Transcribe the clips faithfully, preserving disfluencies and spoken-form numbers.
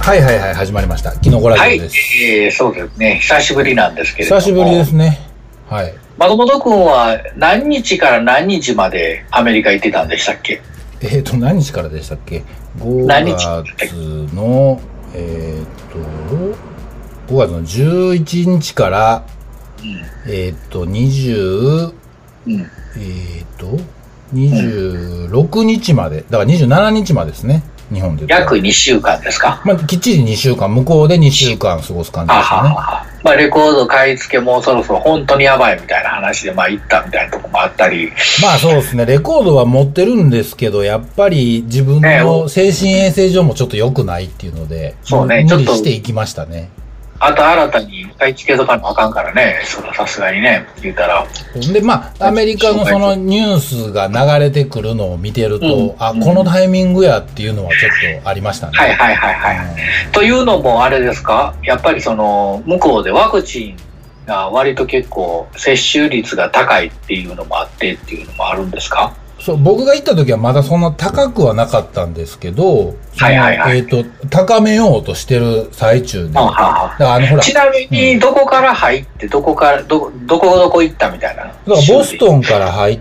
はいはいはい、始まりました。キノコラジオです。 はい、えー、そうですね。久しぶりなんですけれども。 久しぶりですね。はい。 松本くんは何日から何日までアメリカ行ってたんでしたっけ？ えっ、ー、と、何日からでしたっけ？ ご 月の、えっ、ー、と、ごがつのじゅういちにちから、うん、えっ、ー、と、にじゅう、うん、えっ、ー、と、にじゅうろくにちまで、だからにじゅうしちにちまでですね。日本で約にしゅうかんですか？ まあ、きっちりにしゅうかん、向こうでにしゅうかん過ごす感じですかね。はははまあ、レコード買い付けもうそろそろ本当にやばいみたいな話で、まあ行ったみたいなとこもあったり。 まあそうですね、レコードは持ってるんですけど、やっぱり自分の精神衛生上もちょっと良くないっていうので、 そうね、 無理していきましたね。 あと新たに買い付けとかもあかんからね、それはさすがにね、言うたら。 で、まあ、アメリカのそのニュースが流れてくるのを見てると、うん、あ、このタイミングやっていうのはちょっとありましたね。 はいはいはいはい。うん、というのもあれですか、やっぱりその、向こうでワクチンが割と結構接種率が高いっていうのもあってっていうのもあるんですか？ そう、僕が行った時はまだそんな高くはなかったんですけど、 はいはいはい。 えっ、ー、と、高めようとしてる最中で。 ははあのほらちなみに、どこから入って、うん、どこから、ど、どこどこ行ったみたいな。だからボストンから入って、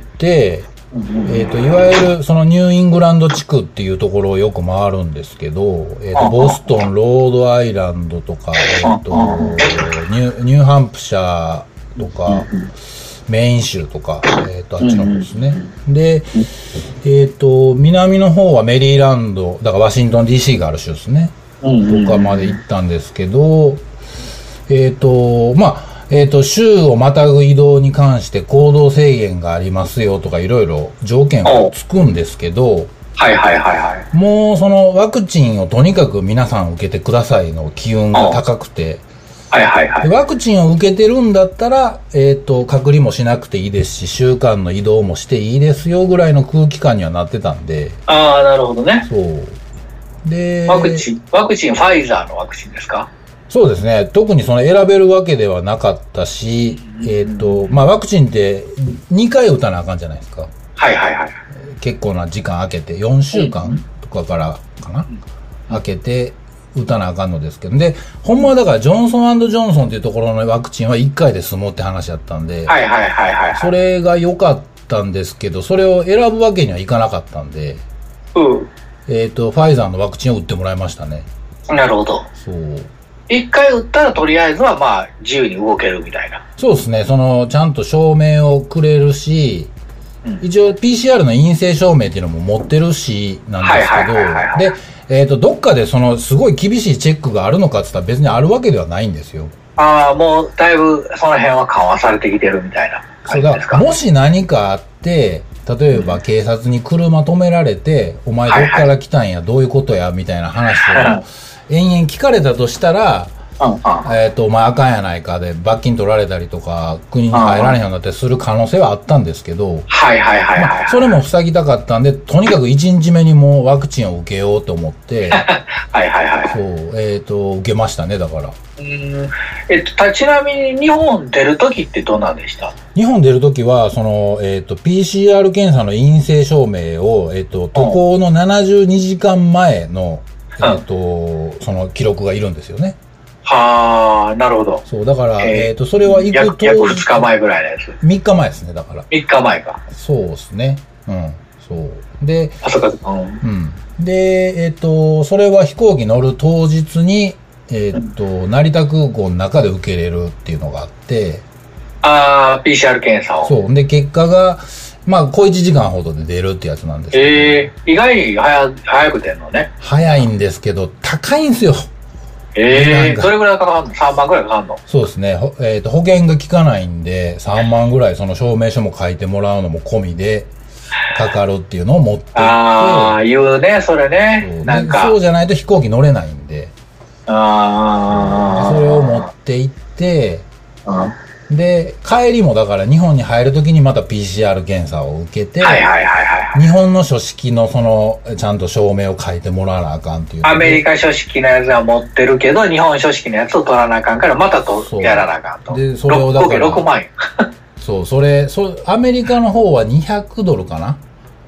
えっ、ー、と、いわゆるそのニューイングランド地区っていうところをよく回るんですけど、えっ、ー、と、ボストン、ロードアイランドとか、えっ、ー、と、ニュ、ニューハンプシャーとか、メイン州とか、えっ、ー、と、あっちの方ですね。で、えっ、ー、と、南の方はメリーランド、だからワシントン ディーシー がある州ですね。とかまで行ったんですけど、えっ、ー、と、まあ、えっ、ー、と、州をまたぐ移動に関して行動制限がありますよとかいろいろ条件はつくんですけど、 はいはいはいはい。 もうそのワクチンをとにかく皆さん受けてくださいの機運が高くて、 はいはいはい。 ワクチンを受けてるんだったら、えっ、ー、と、隔離もしなくていいですし、週間の移動もしていいですよぐらいの空気感にはなってたんで。 ああ、なるほどね。 そう。で、 ワクチン、ワクチン、ファイザーのワクチンですか？ そうですね。特にその選べるわけではなかったし、えっ、ー、と、まあ、ワクチンってにかい打たなあかんじゃないですか。 はいはいはい。 結構な時間空けて、よんしゅうかんとかからかな、空けて、打たなあかんのですけど。で、ほんまはだから、ジョンソン&ジョンソンっていうところのワクチンはいっかいで済むって話だったんで、 はいはいはいはい、はい。 それが良かったんですけど、それを選ぶわけにはいかなかったんで、 うん。 えっ、ー、と、ファイザーのワクチンを打ってもらいましたね。 なるほど。 そう。 一回打ったらとりあえずはまあ、自由に動けるみたいな。 そうですね。その、ちゃんと証明をくれるし、うん、一応 ピーシーアール の陰性証明っていうのも持ってるし、なんですけど、で、えっ、ー、と、どっかでその、すごい厳しいチェックがあるのかって言ったら別にあるわけではないんですよ。 ああ、もう、だいぶその辺は緩和されてきてるみたいな感じですか。 そうだ、もし何かあって、例えば警察に車止められて、うん、お前どっから来たんや、はいはい、どういうことや、みたいな話を延々聞かれたとしたら、うんうん、えっ、ー、と、お前あかんやないかで、罰金取られたりとか、国に入られへんようになってする可能性はあったんですけど、 はいはいはいはい、まあ、それも防ぎたかったんで、とにかくいちにちめにもうワクチンを受けようと思って、 はいはいはい。 そう、えっ、ー、と、受けましたね、だから。 うん。えっと、ちなみに日本出るときってどんなんでした？ 日本出るときは、その、えっ、ー、と、ピーシーアール 検査の陰性証明を、えっ、ー、と、渡航のななじゅうにじかんまえの、うん、えっ、ー、と、その記録がいるんですよね。 はあ、なるほど。 そう、だから、えっ、ー、と、それは行くと。 約ふつかまえぐらいのやつ。 みっかまえですね、だから。 みっかまえか。 そうですね。うん、そう。で、 あ、そっか、うん。 うん。で、えっ、ー、と、それは飛行機乗る当日に、えっ、ー、と、うん、成田空港の中で受けれるっていうのがあって。 ああ、ピーシーアール 検査を。 そう。で、結果が、まあ、小いちじかんほどで出るってやつなんですけど。 ええー、意外に早、早く出るのね。 早いんですけど、高いんですよ。 ええー、どれぐらいかかるの？ さん 万ぐらいかかるの？ そうですね。えっ、ー、と、保険が効かないんで、さんまんぐらいその証明書も書いてもらうのも込みで、かかるっていうのを持っていって。 ああ、言うね、それね。 そうなんか。 そうじゃないと飛行機乗れないんで。 ああ。 それを持って行って、 うんで、帰りもだから日本に入るときにまた ピーシーアール 検査を受けて、 はいはいはいはい。 日本の書式のその、ちゃんと証明を書いてもらわなあかんっていう。 アメリカ書式のやつは持ってるけど、日本書式のやつを取らなあかんから、またとやらなあかんと。 で、それをだから。 ろくまんえん。 そう、それ、そ、アメリカの方はにひゃくドルかな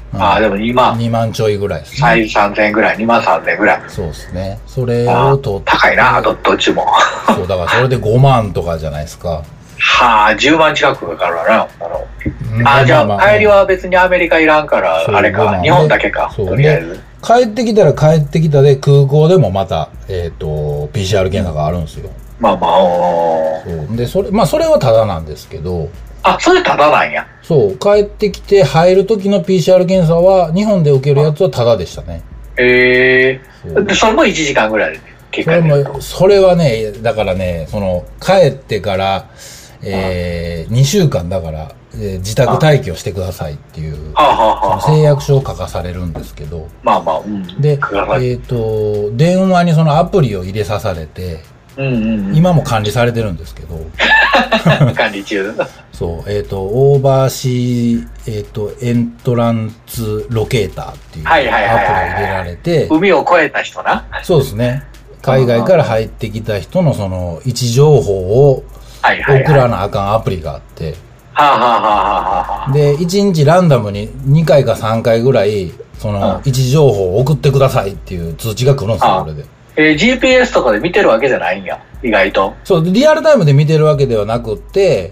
うん、 ああ、でもにまん。 にまんちょいぐらいですね。 サイズさんぜんえんぐらい、にまんさんぜんえんぐらい。 そうですね。それを取って。 高いな、ど、どっちも。 そう、だからそれでごまんとかじゃないですか。 はあ、じゅうまん近くかかるわな。あの、うん、あ、じゃあ、まあまあ、帰りは別にアメリカいらんから、あれか、日本だけか、とりあえず。 帰ってきたら帰ってきたで、空港でもまた、えっと、ピーシーアール 検査があるんですよ。 まあまあ、 そう。で、それ、まあ、それはタダなんですけど。 あ、それタダなんや。 そう。帰ってきて入る時の ピーシーアール 検査は、日本で受けるやつはタダでしたね。 へえー。で、それもいちじかんぐらいで結果それも、それはね、だからね、その、帰ってから、えー、にしゅうかんだから、えー、自宅待機をしてくださいっていう、誓約書を書かされるんですけど。 まあまあ、うん。 で、えっ、ー、と、電話にそのアプリを入れさされて、 うんうんうん、 今も管理されてるんですけど。 管理中。 そう、えっ、ー、と、オーバーシー、えっ、ー、と、エントランツロケーターっていうアプリを入れられて。 海を越えた人な。 そうですね。海外から入ってきた人のその位置情報を送らなあかんアプリがあって。 はあ、はあはははあ、 で、いちにちランダムににかいかさんかいぐらい、その位置情報を送ってくださいっていう通知が来るんですよ、これで。 えー、ジーピーエス とかで見てるわけじゃないんや、意外と。 そう、リアルタイムで見てるわけではなくって、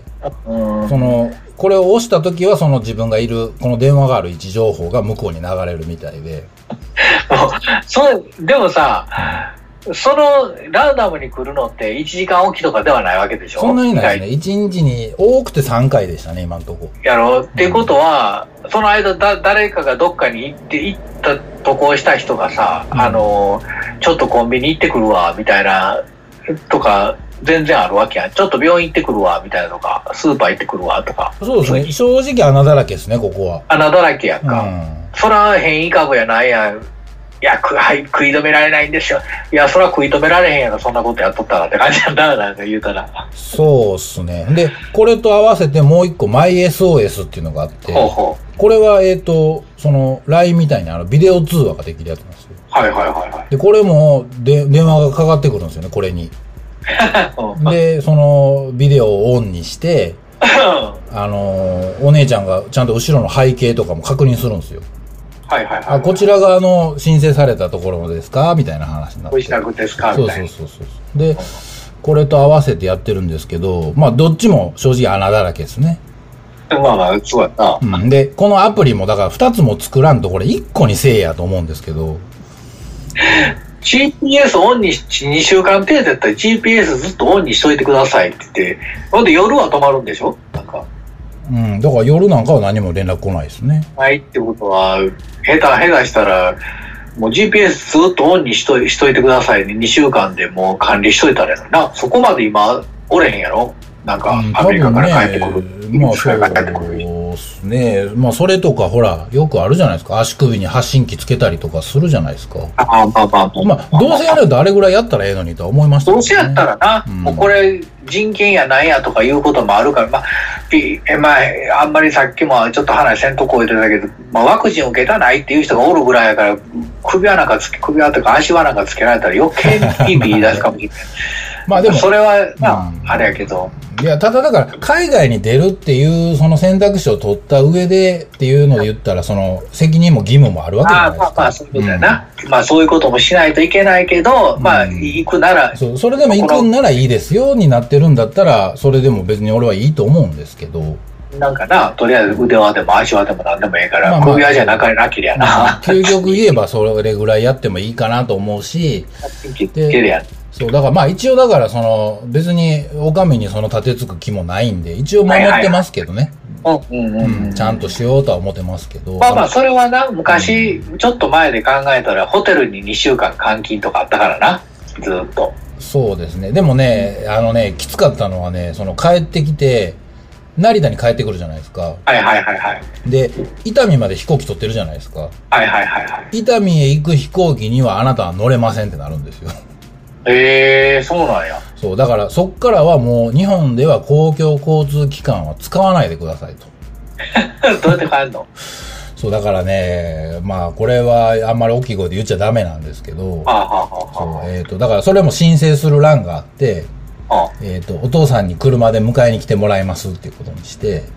うん、その、これを押したときはその自分がいる、この電話がある位置情報が向こうに流れるみたいで。 そう、でもさ、うん、そのランダムに来るのっていちじかんおきとかではないわけでしょ？ そんなにないですね。いちにちに多くてさんかいでしたね、今のとこ。 やろうっていうことは、うん、その間だ、誰かがどっかに行って、行った渡航した人がさ、うん、あの、ちょっとコンビニ行ってくるわ、みたいな、とか、全然あるわけやん。ちょっと病院行ってくるわ、みたいなとか、スーパー行ってくるわ、とか。 そうですね。正直穴だらけですね、ここは。 穴だらけやんか。うん、そら変異株やないやん。いや、く、はい、食い止められないんですよ。いや、そら食い止められへんやろ、そんなことやっとったらって感じやんだ、なんか言うたら。 そうっすね。で、これと合わせてもう一個、マイエスオーエス っていうのがあって、ほうほう、これは、えっと、その、ライン みたいにあの、ビデオ通話ができるやつなんですよ。 はいはいはいはい。 で、これも、で、電話がかかってくるんですよね、これに。で、その、ビデオをオンにして、あの、お姉ちゃんがちゃんと後ろの背景とかも確認するんですよ。 はいはいはい、 あ、こちらがあの、申請されたところですかみたいな話になって。 ご自宅ですかみたいな。 そうそうそうそう。で、これと合わせてやってるんですけど、まあ、どっちも正直穴だらけですね。 まあまあ、そうやな。うん。で、このアプリもだから二つも作らんとこれ一個にせえやと思うんですけど。 ジーピーエス オンにし、にしゅうかん程度やったら ジーピーエス ずっとオンにしといてくださいって言って、ほんで夜は止まるんでしょなんか。 うん。だから夜なんかは何も連絡来ないですね。 はいってことは、下手、下手したら、もう ジーピーエス ずっとオンにしとい、しといてくださいね。にしゅうかんでもう管理しといたらやな。そこまで今、おれへんやろなんか、アメリカから帰ってくる。 うん、まあそうですね。まあそれとかほら、よくあるじゃないですか。足首に発信機つけたりとかするじゃないですか。 ああ、まあまあ。 まあ、どうせやるとあれぐらいやったらええのにとは思いましたけどね。どうせやったらな、うん、もうこれ人権やなんやとかいうこともあるから、まあ、えまあ、あんまりさっきもちょっと話せんとこ言ってたけど、まあワクチン受けたないっていう人がおるぐらいやから、首輪なんかつけ、首輪とか足輪なんかつけられたら余計に意味言い出すかもしれない。まあでも。それはな、うん、あれやけど。 いや、ただだから、海外に出るっていう、その選択肢を取った上でっていうので言ったら、その、責任も義務もあるわけじゃないですか。 ああ、まあまあ、そういうことやな。うん、まあ、そういうこともしないといけないけど、うん、まあ、行くなら。 そう、それでも行くんならいいですよ、になってるんだったら、それでも別に俺はいいと思うんですけど。 なんかな、とりあえず腕輪でも足輪でも何でもいいから、まあまあ、首輪じゃなかなきゃな。まあ、 究極言えばそれぐらいやってもいいかなと思うし。 でそう、だからまあ一応だからその、別にお上にその立てつく気もないんで、一応守ってますけどね。ちゃんとしようとは思ってますけど。 まあまあそれはな、昔、ちょっと前で考えたら、ホテルににしゅうかん監禁とかあったからな、ずっと。 そうですね。でもね、あのね、きつかったのはね、その帰ってきて、成田に帰ってくるじゃないですか。 はいはいはいはい。 で、伊丹まで飛行機取ってるじゃないですか。 はいはいはいはい。 伊丹へ行く飛行機にはあなたは乗れませんってなるんですよ。 へえー、そうなんや。 そう、だからそっからはもう日本では公共交通機関は使わないでくださいと。 どうやって帰るの？ そう、だからね、まあこれはあんまり大きい声で言っちゃダメなんですけど、 はあはあはあ、 そう、えっと、だからそれも申請する欄があって、えっと、お父さんに車で迎えに来てもらいますっていうことにして、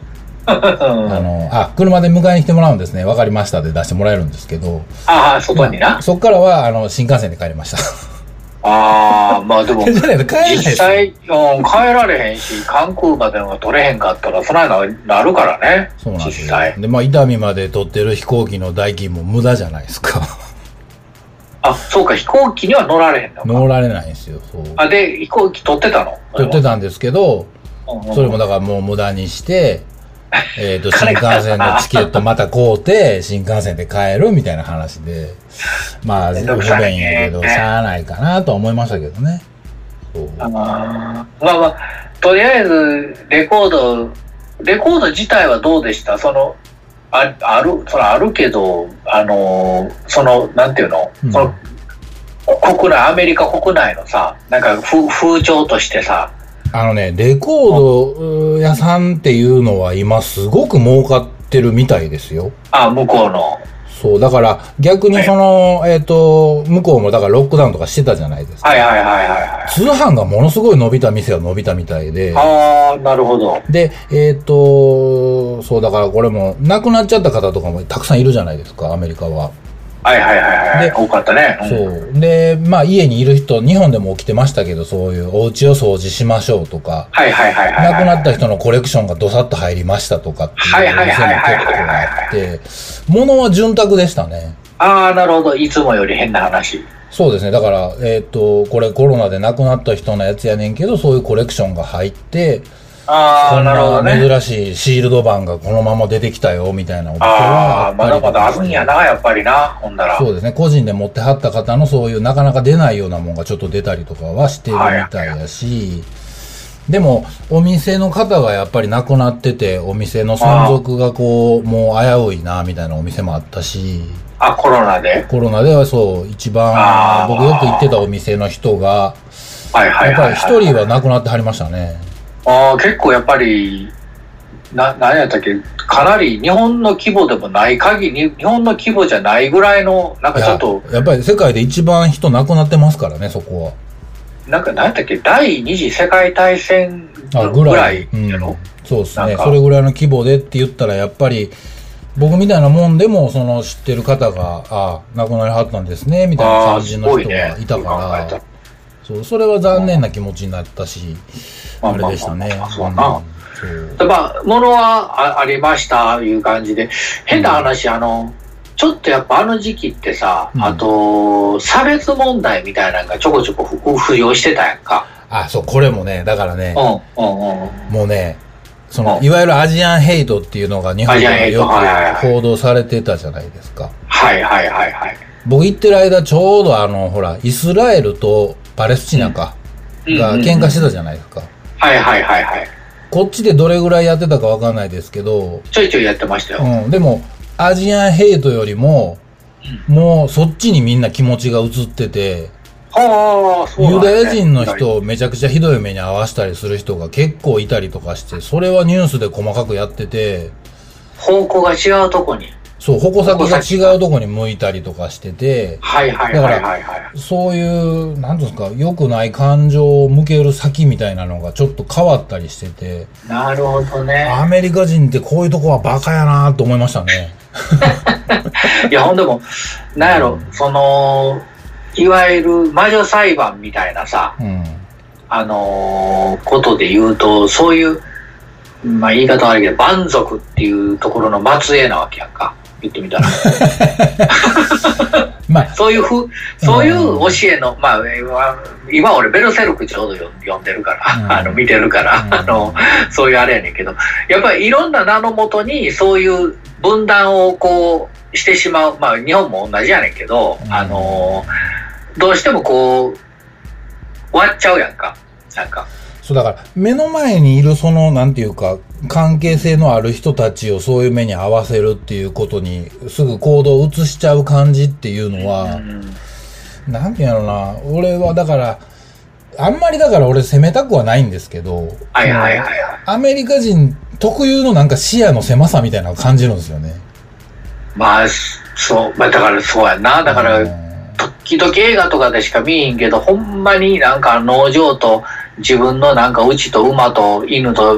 あの、あ、車で迎えに来てもらうんですね。わかりましたで出してもらえるんですけど。 ああ、外にな。 まあ、そっからは、あの、新幹線で帰りました。 ああ、まあでも、 じゃないと帰れないです実際、うん、帰られへんし、関空までのが取れへんかったら、そないな、なるからね。 そうなんですよ。 実際。 で、まあ、伊丹まで取ってる飛行機の代金も無駄じゃないですか。 あ、そうか、飛行機には乗られへんのか。 乗られないんですよ、そう。 あ、で、飛行機取ってたの？ 取ってたんですけど、 うんうん、 それもだからもう無駄にして、えっと、新幹線のチケットまた買うて、新幹線で帰るみたいな話で、まあ、不便やけど、しゃあないかなとは思いましたけどね。そう。 あまあまあ、とりあえず、レコード、レコード自体はどうでした？その、あ, ある、それあるけど、あの、その、なんていうの、うん、その国内、アメリカ国内のさ、なんか風、風潮としてさ、 あのね、レコード屋さんっていうのは今すごく儲かってるみたいですよ。 あ、向こうの。 そう、だから逆にその、えっと、向こうもだからロックダウンとかしてたじゃないですか。 はいはいはいはい、はい。 通販がものすごい伸びた店は伸びたみたいで。 ああ、なるほど。 で、えっと、そうだからこれも亡くなっちゃった方とかもたくさんいるじゃないですか、アメリカは。 はいはいはいはい。で、多かったね。 うん、そう。で、まあ家にいる人、日本でも起きてましたけど、そういうお家を掃除しましょうとか、 はいはいはいはい、はい。 亡くなった人のコレクションがどさっと入りましたとかっていう店も結構あって、物は潤沢でしたね。 ああ、なるほど。いつもより変な話。 そうですね。だから、えっと、これコロナで亡くなった人のやつやねんけど、そういうコレクションが入って、 ああ、なるほどね。 珍しいシールド版がこのまま出てきたよ、みたいなお店は。 ああ、まだまだあるんやな、やっぱりな、ほんだら。 そうですね。個人で持ってはった方のそういうなかなか出ないようなもんがちょっと出たりとかはしてるみたいやし、はいはいはい、でも、お店の方がやっぱり亡くなってて、お店の存続がこう、もう危ういな、みたいなお店もあったし。 あ、コロナで？ コロナではそう、一番、僕よく行ってたお店の人が、 はいはいはいはい、 やっぱり一人は亡くなってはりましたね。 ああ、結構やっぱり、な、何やったっけ、かなり日本の規模でもない限り、日本の規模じゃないぐらいの、なんかちょっと。 や, やっぱり世界で一番人亡くなってますからね、そこは。 なんか何やったっけ、第二次世界大戦ぐらいやろ、うん、 そうですね。それぐらいの規模でって言ったら、やっぱり、僕みたいなもんでも、その知ってる方が、ああ、亡くなりはったんですね、みたいな感じの人がいたから、ね、そう、それは残念な気持ちになったし、あれでしたね。 そうな。まあ、ものは あ, ありました、いう感じで。変な話、うん、あの、ちょっとやっぱあの時期ってさ、うん、あと、差別問題みたいなのがちょこちょこ浮上してたやんか。 あ、そう、これもね、だからね、 うんうんうん、 もうね、その、いわゆるアジアンヘイトっていうのが日本ではよく報道されてたじゃないですか。 はいはいはいはい。 僕行ってる間、ちょうどあの、ほら、イスラエルとパレスチナか、うん、が喧嘩してたじゃないですか。うんうんうん、 はいはいはいはい。 こっちでどれぐらいやってたかわかんないですけど。 ちょいちょいやってましたよ。 うん。でも、アジアンヘイトよりも、うん、もうそっちにみんな気持ちが移ってて、 はあ、そうなんユダヤ人の人をめちゃくちゃひどい目に遭わしたりする人が結構いたりとかして、それはニュースで細かくやってて、 方向が違うとこに。 そう、矛先が違うとこに向いたりとかしてて、 はいはいはいはい、はい。 そういう、なんていうんですか、良くない感情を向ける先みたいなのがちょっと変わったりしてて、 なるほどね。 アメリカ人ってこういうとこはバカやなと思いましたね。 いや、ほんでも、なんやろ、その、いわゆる魔女裁判みたいなさ、うん、あのー、ことで言うと、そういう、まあ言い方悪いけど、蛮族っていうところの末裔なわけやんか。言ってみたら。まあ、そういうふう、そういう教えの、まあ、今俺ベルセルクちょうど読んでるから、うん、あの、見てるから、うん、あの、そういうあれやねんけど、やっぱりいろんな名のもとにそういう分断をこうしてしまう、まあ日本も同じやねんけど、うん、あの、どうしてもこう、終わっちゃうやんか、なんか。 そうだから、目の前にいるその、なんていうか、関係性のある人たちをそういう目に合わせるっていうことに、すぐ行動を移しちゃう感じっていうのは、うん、なんていうのな、俺はだから、あんまりだから俺責めたくはないんですけど、 はいはいはいはい。 アメリカ人特有のなんか視野の狭さみたいなのを感じるんですよね。 まあ、そう、まあだからそうやな、だから、時々映画とかでしか見えへんけど、ほんまになんか農場と自分のなんか牛と馬と犬と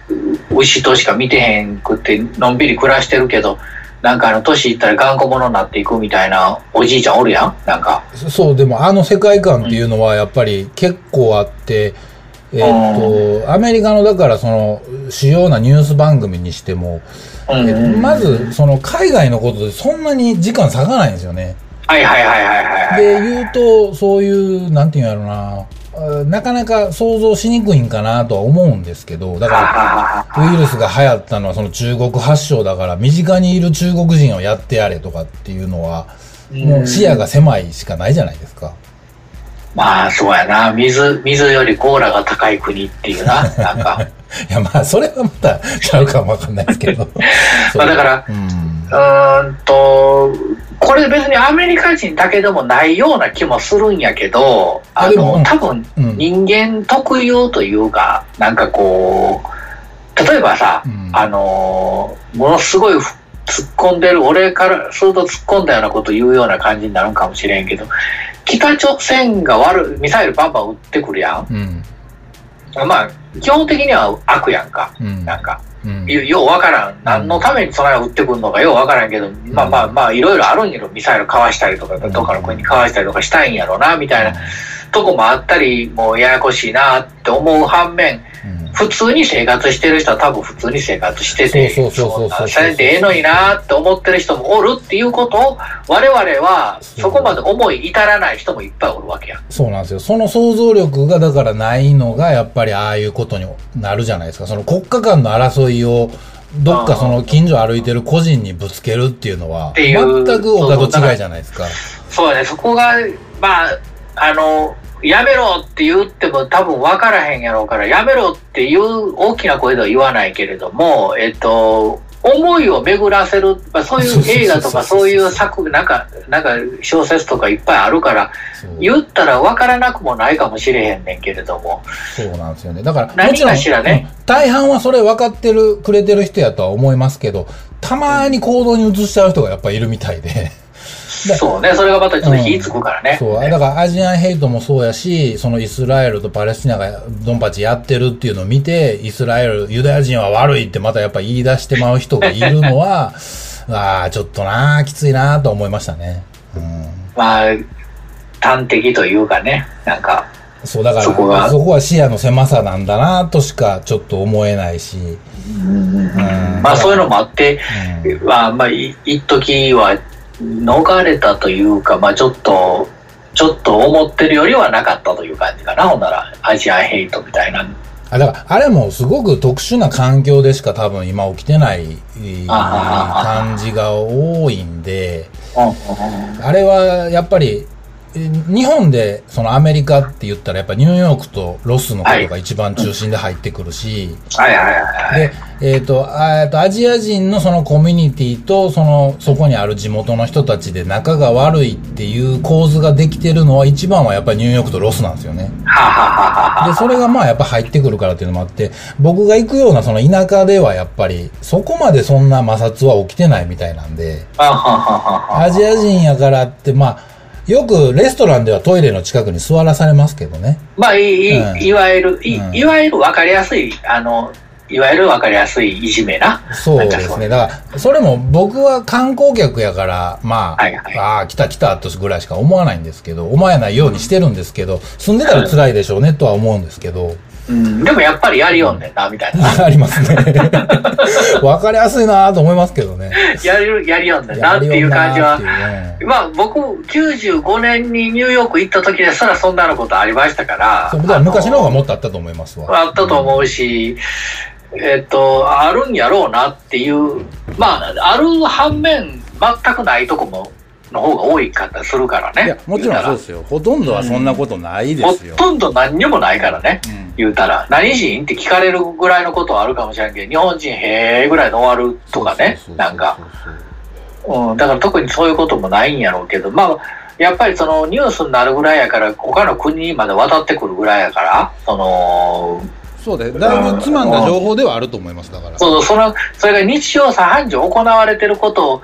牛としか見てへんくってのんびり暮らしてるけど、なんかあの年いったら頑固者になっていくみたいなおじいちゃんおるやん、なんか。 そう、でもあの世界観っていうのはやっぱり結構あって、うん、えっと、アメリカのだからその主要なニュース番組にしても、うんうん、まずその海外のことでそんなに時間割かないんですよね。 はいはいはいはいはい。 で、言うと、そういう、なんていうんやろうな、なかなか想像しにくいんかなとは思うんですけど、だからウイルスが流行ったのはその中国発祥だから身近にいる中国人をやってやれとかっていうのはもう視野が狭いしかないじゃないですか。 まあそうやな、水水よりコーラが高い国っていうな、なんかいやまあそれはまたちゃうかもわかんないですけどまあだから、うん、うーんとこれ別にアメリカ人だけでもないような気もするんやけど、あの、うん、多分人間特有というか、うん、なんかこう例えばさ、うん、あのものすごい突っ込んでる、俺からすると突っ込んだようなこと言うような感じになるかもしれんけど、北朝鮮が悪いミサイルバンバン撃ってくるやん、うん、まあ基本的には悪やんか、うん、なんかうん、ようわからん、何のためにそれを撃ってくるのかようわからんけど、うん、まあまあまあいろいろあるんやろ、ミサイルかわしたりとか、どっかの国にかわしたりとかしたいんやろなみたいなとこもあったり、もうややこしいなって思う反面、うん、普通に生活してる人は多分普通に生活してて、そんなされてええのになって思ってる人もおるっていうことを、我々はそこまで思い至らない人もいっぱいおるわけや。 そうなんですよ。その想像力がだからないのがやっぱりああいうことになるじゃないですか。その国家間の争いをどっかその近所歩いてる個人にぶつけるっていうのは全くお門違いじゃないですか。 そうね、そこがまああのやめろって言っても多分分からへんやろうから、やめろっていう大きな声では言わないけれども、えっと思いを巡らせる、まあ、そういう映画とかそういう作なんかなんか小説とかいっぱいあるから、言ったら分からなくもないかもしれへんねんけれども。 そうなんですよね。だから何かしらね、 うん、大半はそれ分かってるくれてる人やとは思いますけど、たまに行動に移しちゃう人がやっぱりいるみたいで。 そうね、それがまたちょっと火つくからね、 うん、そうだからアジアンヘイトもそうやし、そのイスラエルとパレスチナがドンパチやってるっていうのを見て、イスラエルユダヤ人は悪いってまたやっぱ言い出してまう人がいるのはああちょっとなきついなと思いましたね、うん、まあ端的というかね、なんかそうだからそこがそこは視野の狭さなんだなとしかちょっと思えないし、うん、 うん、まあそういうのもあって、うん、まあまあ一時は逃れたというか、まあちょっとちょっと思ってるよりはなかったという感じかな。ほんならアジアンヘイトみたいな。 あだからあれもすごく特殊な環境でしか多分今起きてない感じが多いんで、あれはやっぱり日本でそのアメリカって言ったらやっぱニューヨークとロスのことが一番中心で入ってくるし、 はいはいはいはい、 で、えっと、えっと、アジア人のそのコミュニティとそのそこにある地元の人たちで仲が悪いっていう構図ができてるのは一番はやっぱりニューヨークとロスなんですよね。で、それがまあやっぱ入ってくるからっていうのもあって、僕が行くようなその田舎ではやっぱりそこまでそんな摩擦は起きてないみたいなんで、アジア人やからってまあよくレストランではトイレの近くに座らされますけどね。 まあ、い, うん、いわゆる い,、うん、いわゆる分かりやすいあのいわゆる分かりやすいいじめな。 そうですね。だからそれも僕は観光客やからまあ、はいはい、ああ来た来たとぐらいしか思わないんですけど、思わないようにしてるんですけど、住んでたら辛いでしょうねとは思うんですけど。 うん、でもやっぱりやりよんねんな、みたいな。 ありますね。わかりやすいなと思いますけどね。 やり、やりよんねんなっていう感じは。ね、まあ僕、きゅうじゅうごねんにニューヨーク行った時ですらそんなのことありましたから。 そうだから昔の方がもっとあったと思いますわ。 あったと思うし、うん、えっと、あるんやろうなっていう、まあ、ある反面、全くないとこも、の方が多いかするからね。いやもちろんそうですよ。ほとんどはそんなことないですよ。 うん、ほとんど何にもないからね、うん、言うたら何人って聞かれるぐらいのことはあるかもしれんけど、日本人へーぐらいで終わるとかね、なんか、うん、だから特にそういうこともないんやろうけど、まあやっぱりそのニュースになるぐらいやから他の国にまで渡ってくるぐらいやから、そのそうでだいぶつまんだ情報ではあると思います。だからそうそのそれが日常茶飯事行われてることを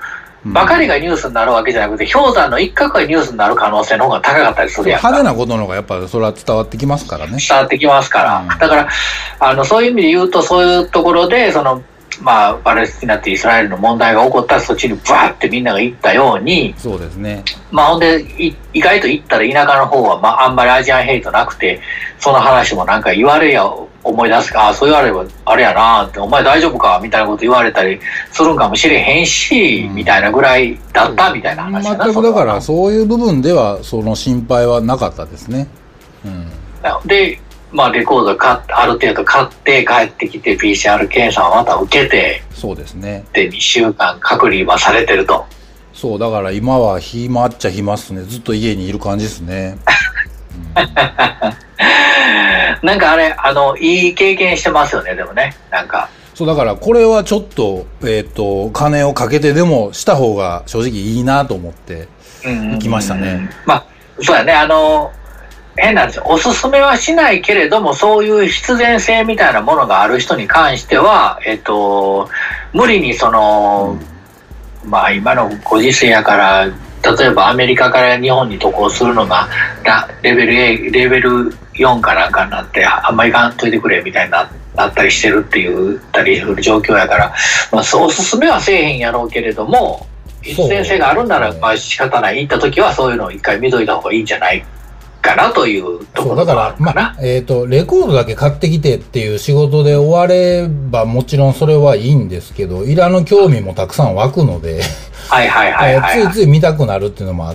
ばかりがニュースになるわけじゃなくて、氷山の一角がニュースになる可能性の方が高かったりするやんか。 派手なことの方がやっぱそれは伝わってきますからね。 伝わってきますから。うん、だから、あの、そういう意味で言うと、そういうところで、その、まあ、パレスチナってイスラエルの問題が起こったらそっちにバーってみんなが行ったように、 そうですね。 まあほんで、意外と行ったら田舎の方は、まああんまりアジアンヘイトなくて、その話もなんか言われや思い出すか、ああ、そう言われればあれやなって、お前大丈夫かみたいなこと言われたりするんかもしれへんし、うん、みたいなぐらいだったみたいな話だな。 全くだからそういう部分ではその心配はなかったですね。うん、 で、まあ、レコード買ある程度買って帰ってきて ピーシーアール 検査をまた受けて、 そうですね。 でにしゅうかん隔離はされてると。 そうだから今は暇っちゃ暇っすね。ずっと家にいる感じですね。 うん、なんかあれあのいい経験してますよね。でもね、なんかそうだからこれはちょっとえっと金をかけてでもした方が正直いいなと思って行きましたね。うんうんうん、 まあそうやね、あの変なんですよ。おすすめはしないけれども、そういう必然性みたいなものがある人に関しては、えっと、無理にその、うん、まあ今のご時世やから、例えばアメリカから日本に渡航するのが、レベル A、レベルよんかなんかになって、あんまり行かんといてくれみたいになったりしてるっていうたりする状況やから、まあそうおすすめはせえへんやろうけれども、必然性があるなら、まあ仕方ない。行った時はそういうのを一回見といた方がいいんじゃないかなというところだから、まあ、えっと、レコードだけ買ってきてっていう仕事で終わればもちろんそれはいいんですけど、いらぬ興味もたくさん湧くので、 はいはいはいはい、 ついつい見たくなるっていうのもあって、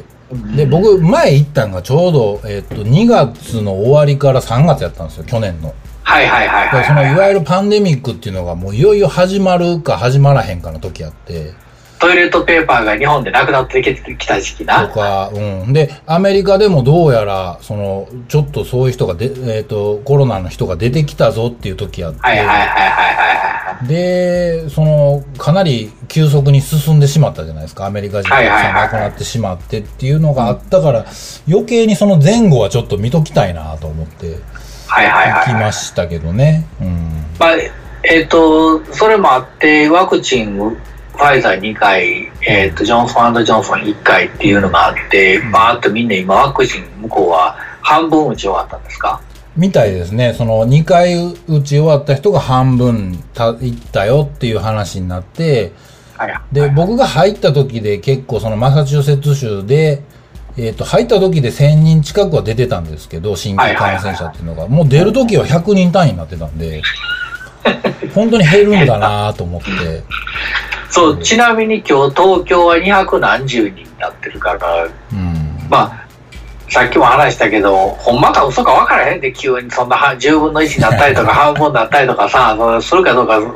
で、僕、前行ったんがちょうど、えっと、にがつの終わりからさんがつやったんですよ、去年の。 はいはいはいはい、はい。 その、いわゆるパンデミックっていうのがもういよいよ始まるか始まらへんかの時あって、 トイレットペーパーが日本でなくなってきた時期な。 とか、うん。で、アメリカでもどうやら、その、ちょっとそういう人がで、えっと、コロナの人が出てきたぞっていう時あって。 はいはいはいはいはい。 で、その、かなり急速に進んでしまったじゃないですか。アメリカ人が亡くなってしまってっていうのがあったから、余計にその前後はちょっと見ときたいなと思って、 はいはいはい。 行きましたけどね。うん。 まあ、えっと、それもあって、ワクチン、ファイザーにかい、えっと、ジョンソン&ジョンソンいっかいっていうのがあって、バーっとみんな今ワクチン向こうは半分打ち終わったんですか？ みたいですね。そのにかい打ち終わった人が半分たいったよっていう話になって、 はいはい、 で、僕が入った時で結構そのマサチューセッツ州で、えっと、入った時でせんにん近くは出てたんですけど、新規感染者っていうのが、もう出る時はひゃくにん単位になってたんで、本当に減るんだなと思って。 そう、ちなみに今日東京はにひゃくなんじゅうにんになってるから、うん、まあ、さっきも話したけど、ほんまか嘘か分からへんで、急にそんなじゅうぶんのいちになったりとか、半分になったりとかさ、するかどうか、うん、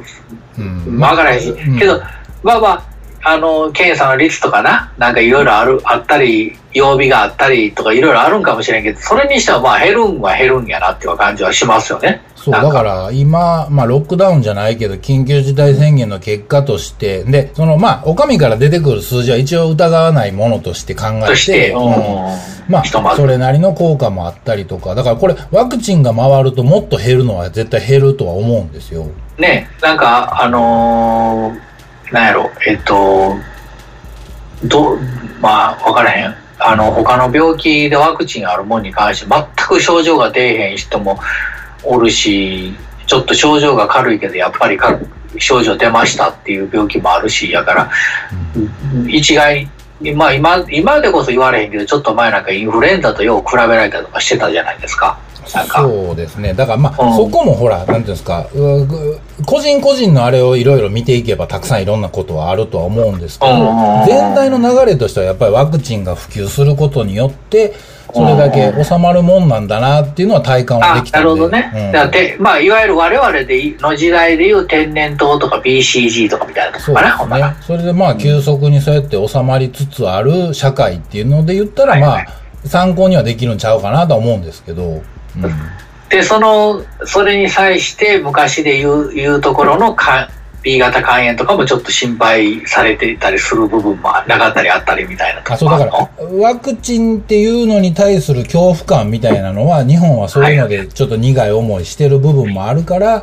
分からへんし、うん、けど、まあまあ、あの、検査の率とかな、なんかいろいろある、あったり、曜日があったりとかいろいろあるんかもしれんけど、それにしてはまあ減るんは減るんやなっていう感じはしますよね。 そう、だから今、まあロックダウンじゃないけど、緊急事態宣言の結果として、で、そのまあ、お上から出てくる数字は一応疑わないものとして考えて、 として、うん、 まあ、それなりの効果もあったりとか、だからこれ、ワクチンが回るともっと減るのは絶対減るとは思うんですよ。 ね、なんか、あのー、なんやろ、えっと、ど、まあ、わからへん。あの、他の病気でワクチンあるもんに関して、全く症状が出えへん人もおるし、ちょっと症状が軽いけど、やっぱり症状出ましたっていう病気もあるし、やから、うん、一概に、まあ今、今でこそ言われへんけど、ちょっと前なんかインフルエンザとよう比べられたりとかしてたじゃないですか。なんかそうですね。だからまあ、うん、そこもほら、なんていうんですか、個人個人のあれをいろいろ見ていけばたくさんいろんなことはあるとは思うんですけど、全体の流れとしてはやっぱりワクチンが普及することによって、それだけ収まるもんなんだなっていうのは体感はできたので。 なるほどね。うん、だってまあ、いわゆる我々での時代でいう天然痘とか ビーシージー とかみたいなとこかな。 そうですね。それでまあ、急速にそうやって収まりつつある社会っていうので言ったら、まあ、はいはい、参考にはできるんちゃうかなとは思うんですけど。うん、 で、その、それに際して昔で言う、言うところのか B 型肝炎とかもちょっと心配されていたりする部分もなかったりあったりみたいな。 あ、そうだから、ワクチンっていうのに対する恐怖感みたいなのは、日本はそういうのでちょっと苦い思いしてる部分もあるから、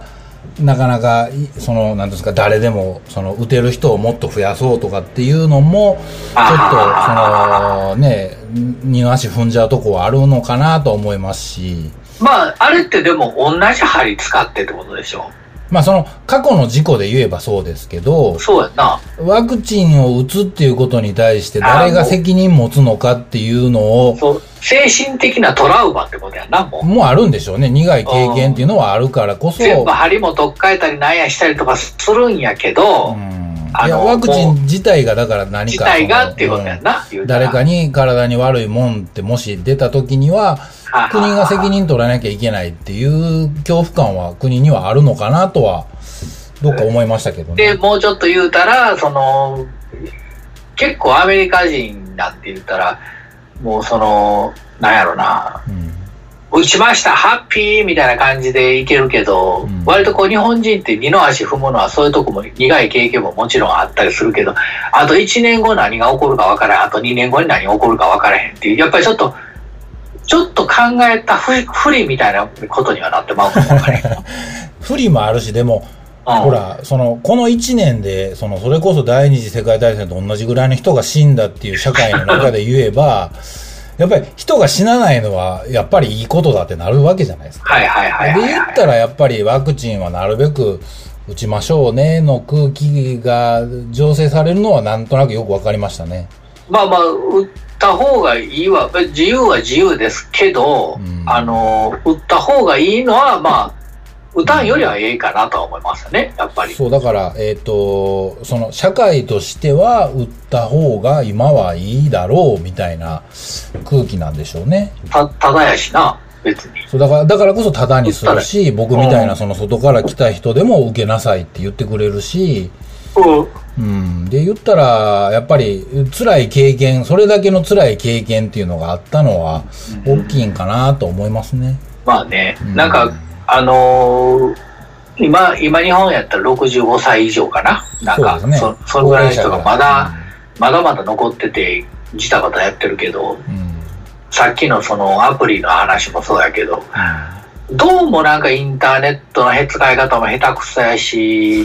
なかなか、その、なんですか、誰でも、その、打てる人をもっと増やそうとかっていうのも、ちょっと、その、ね、二の足踏んじゃうとこはあるのかなと思いますし。 まあ、あれってでも同じ針使ってってことでしょ。 まあその過去の事故で言えばそうですけど、 そうやな。 ワクチンを打つっていうことに対して誰が責任持つのかっていうのを、 そう、精神的なトラウマってことやな、もう。 もうあるんでしょうね。苦い経験っていうのはあるからこそ。 全部針も取っ替えたりなんやしたりとかするんやけど、うんいや、ワクチン自体がだから何か。 自体がっていうことやな、 うん、誰かに体に悪いもんってもし出た時には、国が責任取らなきゃいけないっていう恐怖感は国にはあるのかなとは、どっか思いましたけどね。 で、もうちょっと言うたら、その、結構アメリカ人なんて言ったら、もうその、なんやろな、うん、打ちました、ハッピーみたいな感じでいけるけど、うん、割とこう日本人って二の足踏むのはそういうとこも苦い経験ももちろんあったりするけど、あといちねんご何が起こるか分からへん、あとにねんごに何が起こるか分からへんっていう、やっぱりちょっと、ちょっと考えた不利みたいなことにはなってまうのかね。 不利もあるし、でも、うん、ほら、その、このいちねんで、その、それこそ第二次世界大戦と同じぐらいの人が死んだっていう社会の中で言えば、やっぱり人が死なないのは、やっぱりいいことだってなるわけじゃないですか。 はいはいはいはい、はい。 で、言ったらやっぱりワクチンはなるべく打ちましょうねの空気が醸成されるのはなんとなくよくわかりましたね。 まあまあ、打った方がいいわ。自由は自由ですけど、うん、あの、打った方がいいのは、まあ、打たんよりはええかなとは思いますよね、やっぱり。 そう、だから、えっと、その、社会としては、打った方が今はいいだろう、みたいな空気なんでしょうね。 た、ただやしな、別に。 そう、だから、だからこそただにするし、僕みたいなその外から来た人でも受けなさいって言ってくれるし、うん。うん。で、言ったら、やっぱり、辛い経験、それだけの辛い経験っていうのがあったのは、大きいんかなと思いますね。 まあね、うん、なんか、あのー、今、今日本やったらろくじゅうごさい以上かななんか、そ,、ね、そ, そのぐらいの人がまだ、うん、まだまだ残ってて、ジタバタやってるけど、うん、さっきのそのアプリの話もそうやけど、うん、どうもなんかインターネットの使い方も下手くそやし、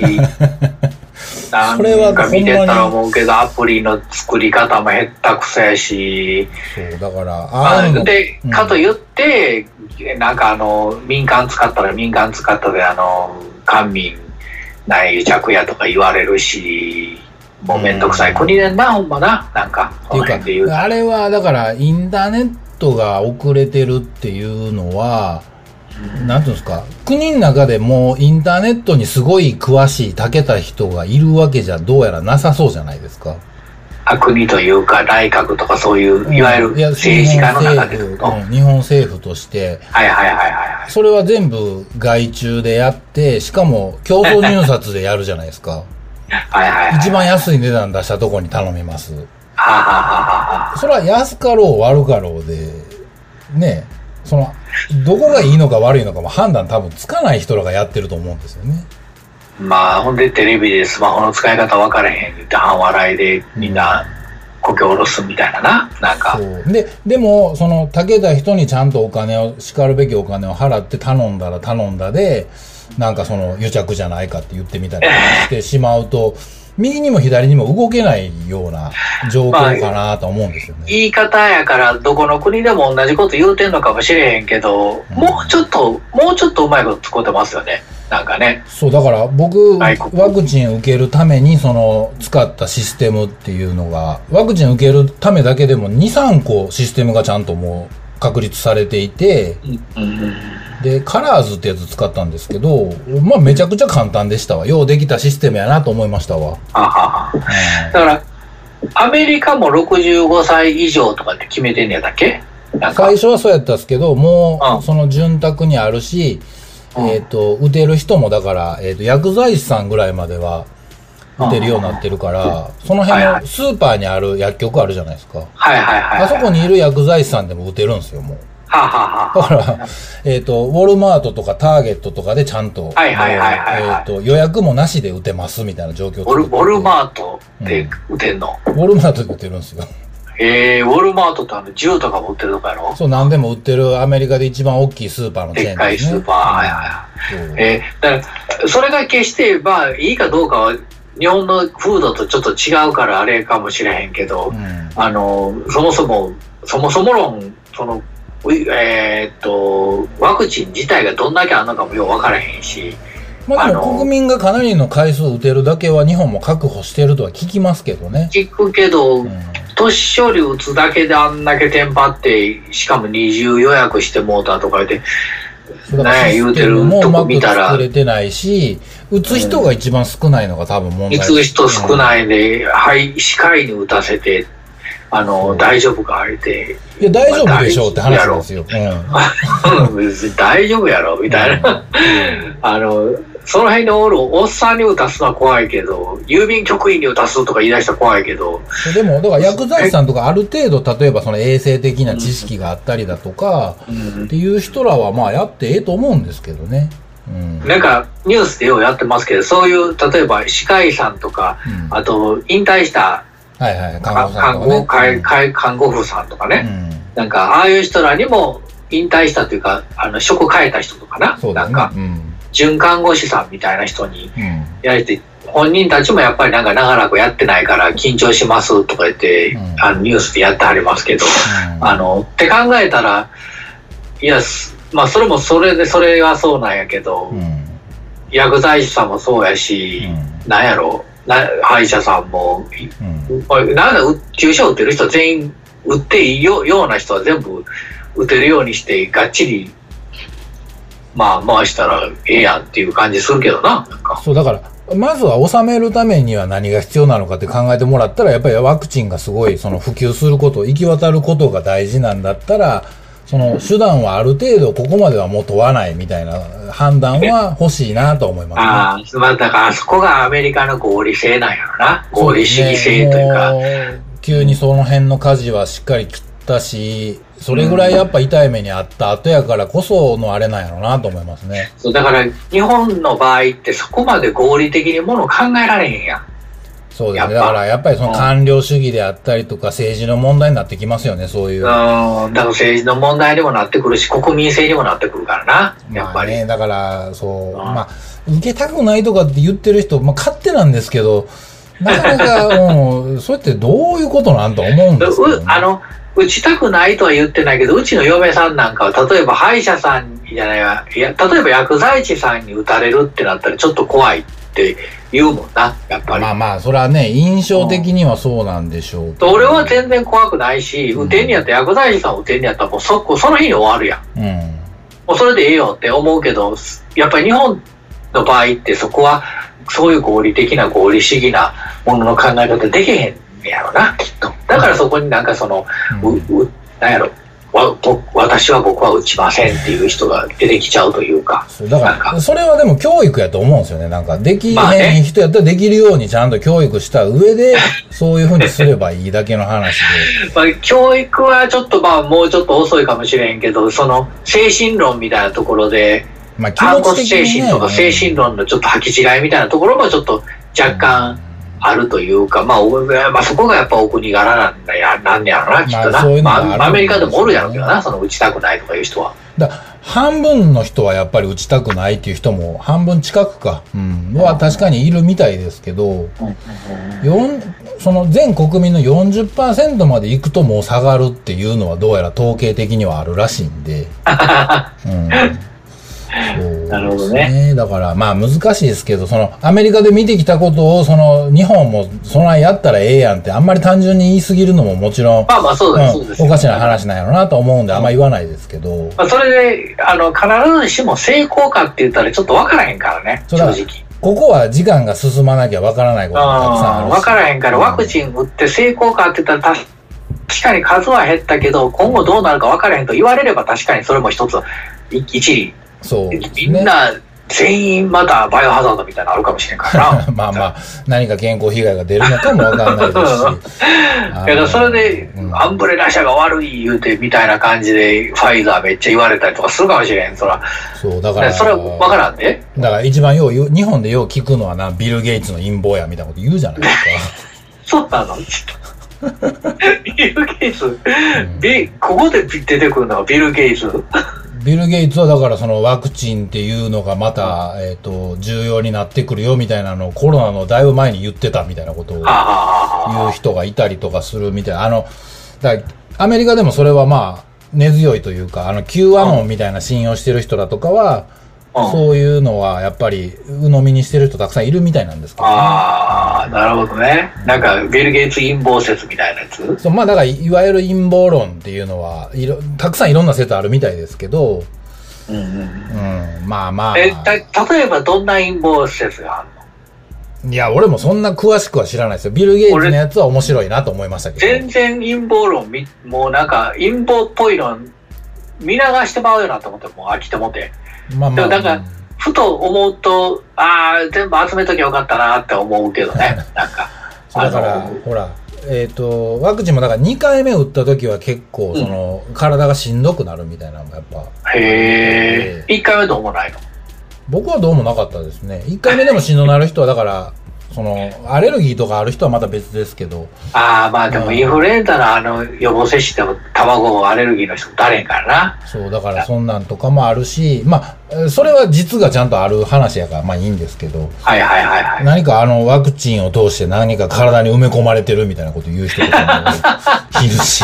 なんか見てたら思うけど、アプリの作り方も下手くそやし、 そうだから、 ああで、うん、かと言って、なんかあの、民間使ったら民間使ったで、あの、官民内癒着やとか言われるし、もうめんどくさい国でんな、ほんまな、なんか。 っていうか、あれはだから、インターネットが遅れてるっていうのは、なんていうんですか、国の中でもインターネットにすごい詳しい、長けた人がいるわけじゃどうやらなさそうじゃないですか。 あ、国というか内閣とかそういう、いわゆる政治家の中で、 うん、日本政府として、 はいはいはいはい。 それは全部外注でやって、しかも競争入札でやるじゃないですか。 はいはいはい。 一番安い値段出したとこに頼みます。 はははは。 それは安かろう悪かろうで、ね、その、どこがいいのか悪いのかも判断多分つかない人らがやってると思うんですよね。 まあ、ほんでテレビでスマホの使い方分からへんって半笑いでみんなこき下ろすみたいなな、なんか。 そう。で、でも、その、たけた人にちゃんとお金を、叱るべきお金を払って頼んだら頼んだで、なんかその、癒着じゃないかって言ってみたりしてしまうと、右にも左にも動けないような状況かなと思うんですよね。まあ、 言い方やからどこの国でも同じこと言うてんのかもしれへんけど、うん、もうちょっと、もうちょっとうまいこと使ってますよね。なんかね。 そう、だから僕、ワクチン受けるためにその使ったシステムっていうのが、ワクチン受けるためだけでもに、さんこシステムがちゃんともう確立されていて、うんうんで、カラーズってやつ使ったんですけど、まあめちゃくちゃ簡単でしたわ。ようできたシステムやなと思いましたわ。 あはは。うん、だから、アメリカもろくじゅうごさい以上とかって決めてんやったっけ？なんか最初はそうやったんですけど、もう、その潤沢にあるし、うん、えっと、打てる人もだから、えっと、薬剤師さんぐらいまでは打てるようになってるから、うん、その辺のスーパーにある薬局あるじゃないですか。 はいはいはい、はい。 あそこにいる薬剤師さんでも打てるんですよ、もう。 はあ、はあ、 だから、えっと、ウォルマートとかターゲットとかでちゃんと、 はいはいはいはい、はい、 えっと、予約もなしで打てますみたいな状況を作って。ウォルマートで打てんの、 うん、ウォルマートで打てるんですよ。 えー、ウォルマートってあの銃とかも売ってるとかやろ？ そう、何でも売ってるアメリカで一番大きいスーパーのチェーンですね。 でっかいスーパー。はいはいはい。えー、だから、それが決して、まあ、いいかどうかは、日本の風土とちょっと違うからあれかもしれへんけど、うん、あの、そもそも、そもそも論、その、えー、っと、ワクチン自体がどんだけあるのかもよく分からへんし。 まあでも国民がかなりの回数打てるだけは日本も確保してるとは聞きますけどね。 聞くけど、うん、年寄り打つだけであんだけテンパって、しかも二重予約してもうたとか言って、 ね、言うてるとこ見たら。作れてないし、打つ人が一番少ないのが多分問題です、 ね。打つ人少ないで、うん、はい、歯科医に打たせて、あの、大丈夫かあれて。 いや、大丈夫でしょうって話なんですよ。 うん、別に大丈夫やろみたいな。うん、あの、その辺におるおっさんに打たすのは怖いけど、郵便局員に打たすとか言い出したら怖いけど。 でも、だから薬剤師さんとかある程度、例えばその衛生的な知識があったりだとか、うん、っていう人らはまあやってええと思うんですけどね。 うん、なんかニュースでようやってますけど、そういう例えば歯科医さんとか、うん、あと引退したはいはい、看護婦さんとか、 ね、看護、看護婦さんとかね、うん、なんかああいう人らにも引退したというか、あの職変えた人とかな、そうだね、なんか、うん、准看護師さんみたいな人にやれて、うん、本人たちもやっぱりなんか長らくやってないから緊張しますとか言って、うん、あのニュースでやってはりますけど、うん、あのって考えたら、いや、まあそれもそれでそれはそうなんやけど、うん、薬剤師さんもそうやし、うん、なんやろな、歯医者さんも、うん、なんか注射打ってる人全員打っていいような人は全部打てるようにしてがっちりまあ回したらええやんっていう感じするけどな。なんかそうだからまずは収めるためには何が必要なのかって考えてもらったらやっぱりワクチンがすごいその普及すること行き渡ることが大事なんだったらその手段はある程度ここまではもう問わないみたいな判断は欲しいなと思いますね。 ああ、まあだからあそこがアメリカの合理性なんやろな。合理主義性というか。 ね、急にその辺の舵はしっかり切ったし、それぐらいやっぱ痛い目にあった後やからこそのあれなんやろうなと思いますね。 そうだから日本の場合ってそこまで合理的にものを考えられへんやん。 そうですね。だからやっぱりその官僚主義であったりとか政治の問題になってきますよね、そういう。うん。だから政治の問題にもなってくるし、国民性にもなってくるからな、やっぱり。 まあね、だから、そう、まあ、受けたくないとかって言ってる人、まあ勝手なんですけど、なかなか、うん、それってどういうことなんと思うんですか、ね、 あの、打ちたくないとは言ってないけど、うちの嫁さんなんかは、例えば歯医者さんじゃないわ、いや、例えば薬剤師さんに打たれるってなったらちょっと怖いって言うもんな、やっぱり。 まあまあ、それはね、印象的にはそうなんでしょうけど。 俺は全然怖くないし、打てんにやったら、薬剤師さん打てんにやったらもうそ、その日に終わるやん。うん。もうそれでええよって思うけど、やっぱり日本の場合ってそこは、そういう合理的な合理主義なものの考え方できへんやろな、きっと。だからそこになんかその、うん、う、う、なんやろ。わ私は僕は打ちませんっていう人が出てきちゃうというか。 だから、それはでも教育やと思うんですよね。なんか、できへん人やったらできるようにちゃんと教育した上で、そういうふうにすればいいだけの話で。 まあ、教育はちょっとまあ、もうちょっと遅いかもしれんけど、その、精神論みたいなところで、まあ、反骨精神とか精神論のちょっと履き違いみたいなところもちょっと若干、あるというか、まあ、まあ、そこがやっぱお国柄なんだや、なんやろな、きっとな。まあ、そういうのがあるんですよね。まあ、アメリカでもおるやろうけどな、その打ちたくないとかいう人は。 だ半分の人はやっぱり打ちたくないっていう人も半分近くか、うん、は確かにいるみたいですけど、うん、その全国民の よんじゅっパーセント まで行くともう下がるっていうのはどうやら統計的にはあるらしいんで。うんそうなるほどね。 だからまあ難しいですけど、そのアメリカで見てきたことをその日本もそないやったらええやんってあんまり単純に言い過ぎるのももちろん、 まあまあそうです、そうです。 おかしな話なんやろうなと思うんであんま言わないですけど。 まあそれで、あの、必ずしも成功かって言ったらちょっとわからへんからね、正直。 ここは時間が進まなきゃわからないことがたくさんあるし。 わからへんからワクチン打って成功かって言ったら確かに数は減ったけど、今後どうなるかわからへんと言われれば確かにそれも一つ、一理。 そうですね、 みんな全員またバイオハザードみたいなのあるかもしれんからな。 まあまあ何か健康被害が出るのかもわかんないですし。 けどそれで、うん、アンブレラ社が悪い言うてみたいな感じでファイザーめっちゃ言われたりとかするかもしれん。そら。 そうだから。 それわからんで。 だから一番よう日本でよう聞くのはなビル・ゲイツの陰謀やみたいなこと言うじゃないですか。 そうなの。 ビル・ゲイツ、うん、ビここで出てくるのはビル・ゲイツ。 ビル・ゲイツはだからそのワクチンっていうのがまた、えっと、重要になってくるよみたいなのをコロナのだいぶ前に言ってたみたいなことを言う人がいたりとかするみたいな。あの、だアメリカでもそれはまあ根強いというか、あの Q アノンみたいな信用してる人だとかは、うん、そういうのはやっぱり鵜呑みにしてる人たくさんいるみたいなんですけど、ね、 ああ、なるほどね。なんかビル・ゲイツ陰謀説みたいなやつ。 そう、まあだからいわゆる陰謀論っていうのはいろたくさんいろんな説あるみたいですけど、うんうんうん、まあまあ。 え、た例えばどんな陰謀説があるの？ いや、俺もそんな詳しくは知らないですよ。ビル・ゲイツのやつは面白いなと思いましたけど。 全然陰謀論み、もうなんか陰謀っぽいの見流してまうよなと思って、もう飽きてもて。まあまあ。だから、ふと思うと、ああ、全部集めときゃよかったなって思うけどね。なんか。 だから、ほら、えっと、ワクチンもだからにかいめ打ったときは結構、その、うん、体がしんどくなるみたいなのがやっぱ。 へえ。いっかいめどうもないの？ 僕はどうもなかったですね。いっかいめでもしんどなる人は、だから、その、アレルギーとかある人はまた別ですけど。 ああ、まあでもインフルエンザのあの予防接種でも卵アレルギーの人誰へんからな。 そう、だからそんなんとかもあるし、まあ、それは実がちゃんとある話やから、まあいいんですけど。 はいはいはいはい。 何かあのワクチンを通して何か体に埋め込まれてるみたいなこと言う人とかもいるし。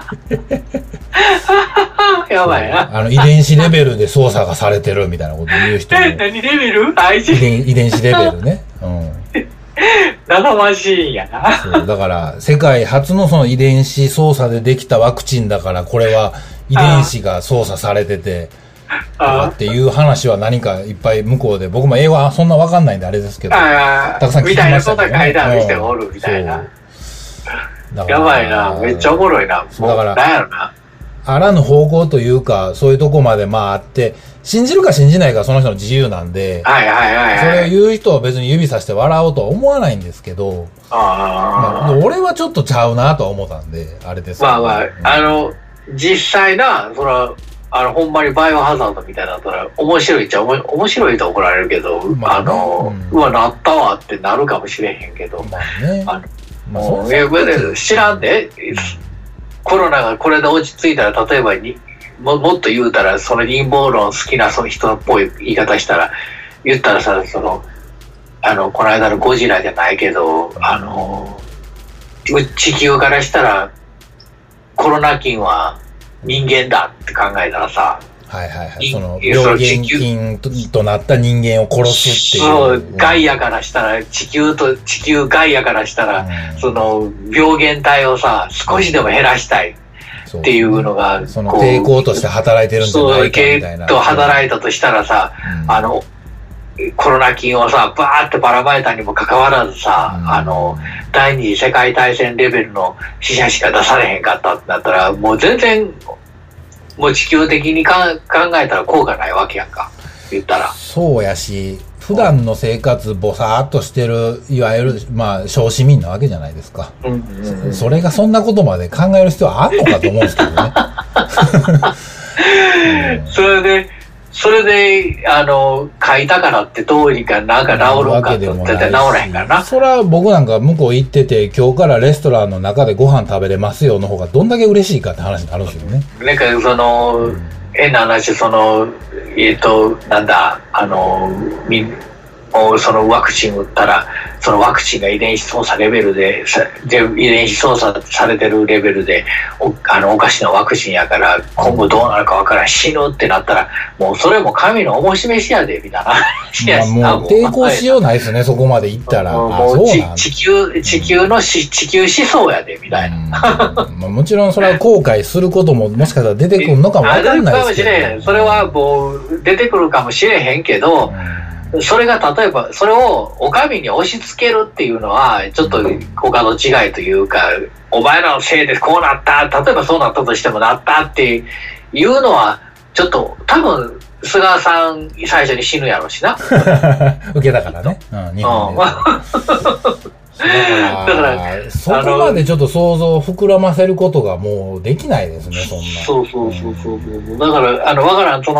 やばいな。 あの遺伝子レベルで操作がされてるみたいなこと言う人も。 何レベル？ 遺伝、遺伝子レベルね。うん。 生ましいんやな。 そう、だから、世界初のその遺伝子操作でできたワクチンだから、これは遺伝子が操作されてて、とかっていう話は何かいっぱい向こうで、僕も英語はそんなわかんないんであれですけど、たくさん聞きましたけど、ね。みたいなこと書いてある人がおるみたいな。 やばいな。めっちゃおもろいな。 だから、 なんやろな。 あらぬ方向というか、そういうとこまでまああって、信じるか信じないかはその人の自由なんで、 はいはいはい、はい。 それを言う人は別に指さして笑おうとは思わないんですけど、あ、まあ、俺はちょっとちゃうなとは思ったんで、あれですけど、 まあまあ、うん、あの、実際な、その、あの、ほんまにバイオハザードみたいなったら、面白いっちゃ面白いと怒られるけど、まあね、あの、うん、うわ、なったわってなるかもしれへんけど、まあね。あの、まあ、もう、え、知らんで、うん、コロナがこれで落ち着いたら、例えばに、も, もっと言うたら、その陰謀論好きなその人っぽい言い方したら、言ったらさ、その、あの、この間のゴジラじゃないけど、あの、地球からしたら、コロナ菌は人間だって考えたらさ、 はいはいはい。その、病原菌となった人間を殺すっていう。そう、 ガイアからしたら、地球と、地球ガイアからしたら、うん、その、病原体をさ、少しでも減らしたい。っていうのが、 その抵抗として働いてるんじゃないかみたいな。 そう、抵抗と働いたとしたらさ、うん、あの、コロナ菌をさ、バーってばらまいたにもかかわらずさ、うん、あの、第二次世界大戦レベルの死者しか出されへんかったってなったら、もう全然、もう地球的にか考えたら効果ないわけやんか。言ったら。 そうやし、普段の生活ぼさーっとしてる、いわゆる、まあ、小市民なわけじゃないですか。うんうんうん、それがそんなことまで考える必要あんのかと思うんですけどね。 うん、それで、それで、あの、書いたからってどうにかなんか治るかって言って治らへんからな。 それは僕なんか向こう行ってて、今日からレストランの中でご飯食べれますよの方がどんだけ嬉しいかって話になるんですよね。 なんかその、うん、変な話、その、えっと、なんだ、あの、みそのワクチン打ったら、そのワクチンが遺伝子操作レベルで、で遺伝子操作されてるレベルで、おあのおかしなワクチンやから、今後どうなるかわからん、死ぬってなったら、もうそれも神のお示しやで、みたいな話やしな。 まあ、もう抵抗しようないですね、そこまでいったら。 もう地球、地球のし、地球思想やで、みたいな。 まあ、もちろんそれは後悔することももしかしたら出てくるのかもわかんないですけど。 出てくるかもしれへん。それはもう出てくるかもしれへんけど、うん、それが例えば、それをお上に押し付けるっていうのは、ちょっと他の違いというか、お前らのせいでこうなった、例えばそうなったとしてもなったっていうのは、ちょっと多分、菅さん最初に死ぬやろうしな。 受けたからね。うん、日本で。だから、そこまでちょっと想像を膨らませることがもうできないですね、そんな。 そうそうそうそう。だから、あの、わからん、その、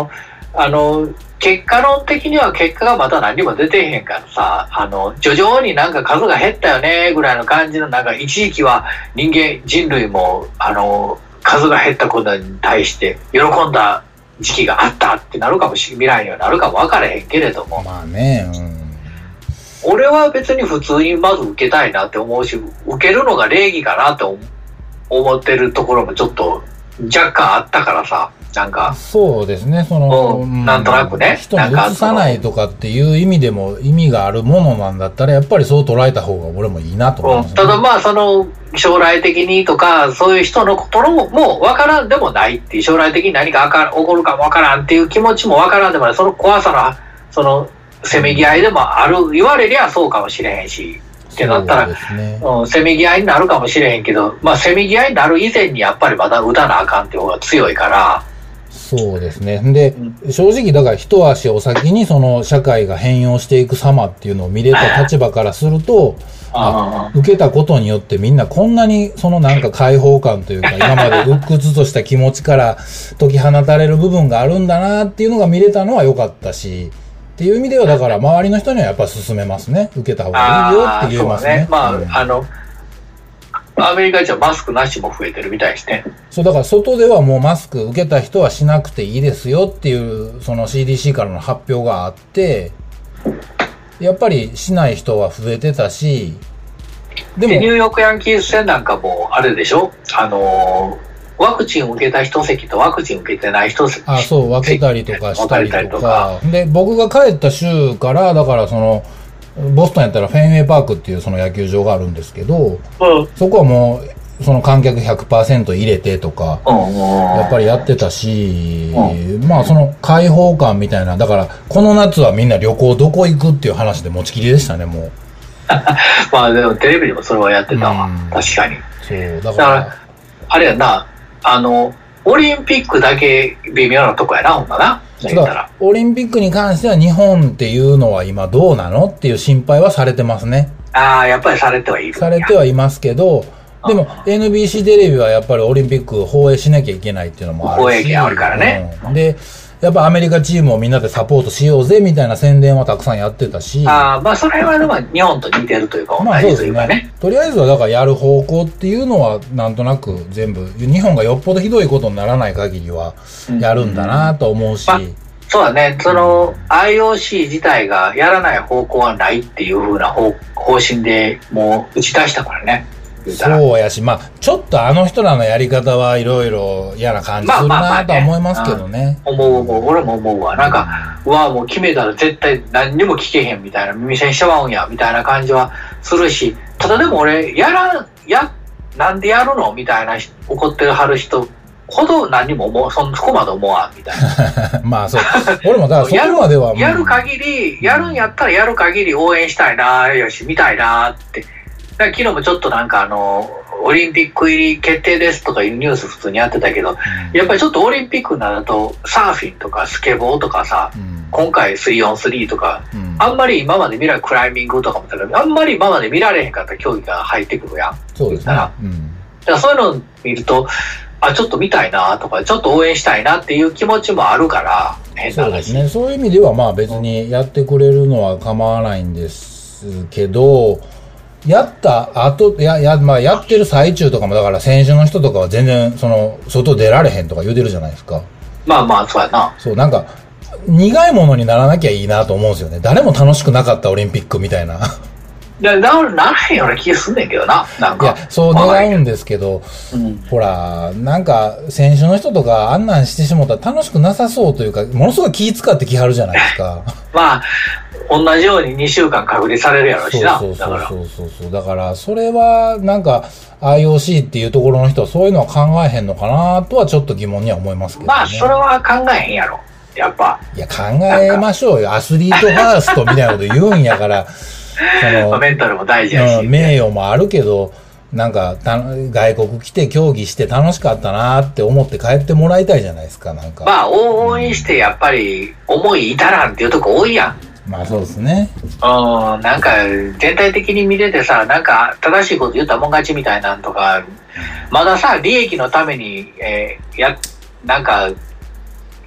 あの、結果論的には結果がまた何も出てへんからさ、あの、徐々になんか数が減ったよね、ぐらいの感じの、なんか一時期は人間、人類も、あの、数が減ったことに対して喜んだ時期があったってなるかもしれ、未来にはなるかも分からへんけれども。 まあね、 うん。俺は別に普通にまず受けたいなって思うし、受けるのが礼儀かなって思ってるところもちょっと若干あったからさ。なんかそうですね、その、 うん、なんとなくね、 人に移さないとかっていう意味でも意味があるものなんだったら、やっぱりそう捉えた方が俺もいいなと思います、ね、 うん、ただまあ、その、将来的にとか、そういう人のことも、もう分からんでもないっていう、将来的に何か起こるかも分からんっていう気持ちも分からんでもない、その怖さの、その、せめぎ合いでもある、言われりゃそうかもしれへんし、ってなったら、ね、うん、せめぎ合いになるかもしれへんけど、まあ、せめぎ合いになる以前にやっぱりまだ打たなあかんっていう方が強いから、 そうですね。で、うん、正直だから一足お先にその社会が変容していく様っていうのを見れた立場からすると、あ受けたことによってみんなこんなにそのなんか解放感というか、今まで鬱屈とした気持ちから解き放たれる部分があるんだなっていうのが見れたのは良かったし、っていう意味ではだから周りの人にはやっぱ勧めますね。受けた方がいいよって言えますね。 ね、まあ、うん、あの、アメリカじゃマスクなしも増えてるみたいですね。 そう、だから外ではもうマスク受けた人はしなくていいですよっていう、その シーディーシー からの発表があって、やっぱりしない人は増えてたし、 でも。ニューヨークヤンキース戦なんかも、あれでしょ、あのー、ワクチンを受けた人席とワクチン受けてない人席。 あ、そう、分けたりとかしたりとか。で、僕が帰った週から、だからその、ボストンやったらフェンウェイパークっていうその野球場があるんですけど、うん、そこはもうその観客 ひゃくパーセント 入れてとか、うん、やっぱりやってたし、うん、まあその開放感みたいな、だからこの夏はみんな旅行どこ行くっていう話で持ちきりでしたね、もう。 まあでもテレビでもそれはやってたわ、うん、確かに。そう、だから、だからあれやな、あの、オリンピックだけ微妙なとこやな、ほんまな。 オリンピックに関しては日本っていうのは今どうなのっていう心配はされてますね。 ああ、やっぱりされてはいる。 されてはいますけど、でも エヌビーシー テレビはやっぱりオリンピック放映しなきゃいけないっていうのもあるし。 放映権あるからね、 うん。で、やっぱアメリカチームをみんなでサポートしようぜみたいな宣伝はたくさんやってたし。 ああ、まあそれはでも日本と似てるというか、同じというかね。まあそうですね。 とりあえずはだからやる方向っていうのはなんとなく全部、日本がよっぽどひどいことにならない限りはやるんだなと思うし。うんうん、まあそうだね、その アイオーシー 自体がやらない方向はないっていう風な方針でもう打ち出したからね。 そうやし、まあちょっとあの人らのやり方はいろいろ嫌な感じするなとは思いますけどね。 思う思う、俺も思うわ。なんか、うわ、もう決めたら絶対何にも聞けへんみたいな、耳栓しちまうんやみたいな感じはするし、ただでも俺、やら、や、なんでやるのみたいな怒ってはる人ほど何も思う、そこまで思わんみたいな。 まあそう。俺もだからそこまではやる限り、やるんやったらやる限り応援したいな、よし、見たいなって。昨日もちょっとなんかあの、オリンピック入り決定ですとかいうニュース普通にやってたけど、うん、やっぱりちょっとオリンピックになると、サーフィンとかスケボーとかさ、うん、今回 スリーオンスリー とか、うん、あんまり今まで見られ、クライミングとかもだけど、あんまり今まで見られへんかった競技が入ってくるやん。 そうですね。うん、 だからそういうのを見ると、あ、ちょっと見たいなとか、ちょっと応援したいなっていう気持ちもあるから、 変な話。そうですね。そういう意味ではまあ別にやってくれるのは構わないんですけど、やった後、や、や、まあやってる最中とかもだから選手の人とかは全然その、外出られへんとか言うてるじゃないですか。 まあまあ、そうやな。 そう、なんか、苦いものにならなきゃいいなと思うんですよね。誰も楽しくなかったオリンピックみたいな。 いや、ならへんような気がすんねんけどな。なんか。いや、 そう願うんですけど、うん、ほら、なんか、選手の人とかあんなんしてしもたら楽しくなさそうというか、ものすごい気使ってきはるじゃないですか。 まあ、同じようににしゅうかん隔離されるやろうしな。 そうそうそうそうそう。だから、それは、なんか、アイオーシー っていうところの人はそういうのは考えへんのかなとはちょっと疑問には思いますけどね。 まあ、それは考えへんやろ。やっぱ。 いや、考えましょうよ。アスリートファーストみたいなこと言うんやから、 そのメンタルも大事やし、 うん、名誉もあるけど、なんかた外国来て競技して楽しかったなって思って帰ってもらいたいじゃないですか、なんか。 まあ応援してやっぱり思い至らんっていうとこ多いやん。 まあそうですね。 うん、なんか全体的に見ててさ、なんか正しいこと言ったもん勝ちみたいなんとか、まださ利益のために、えー、やなんか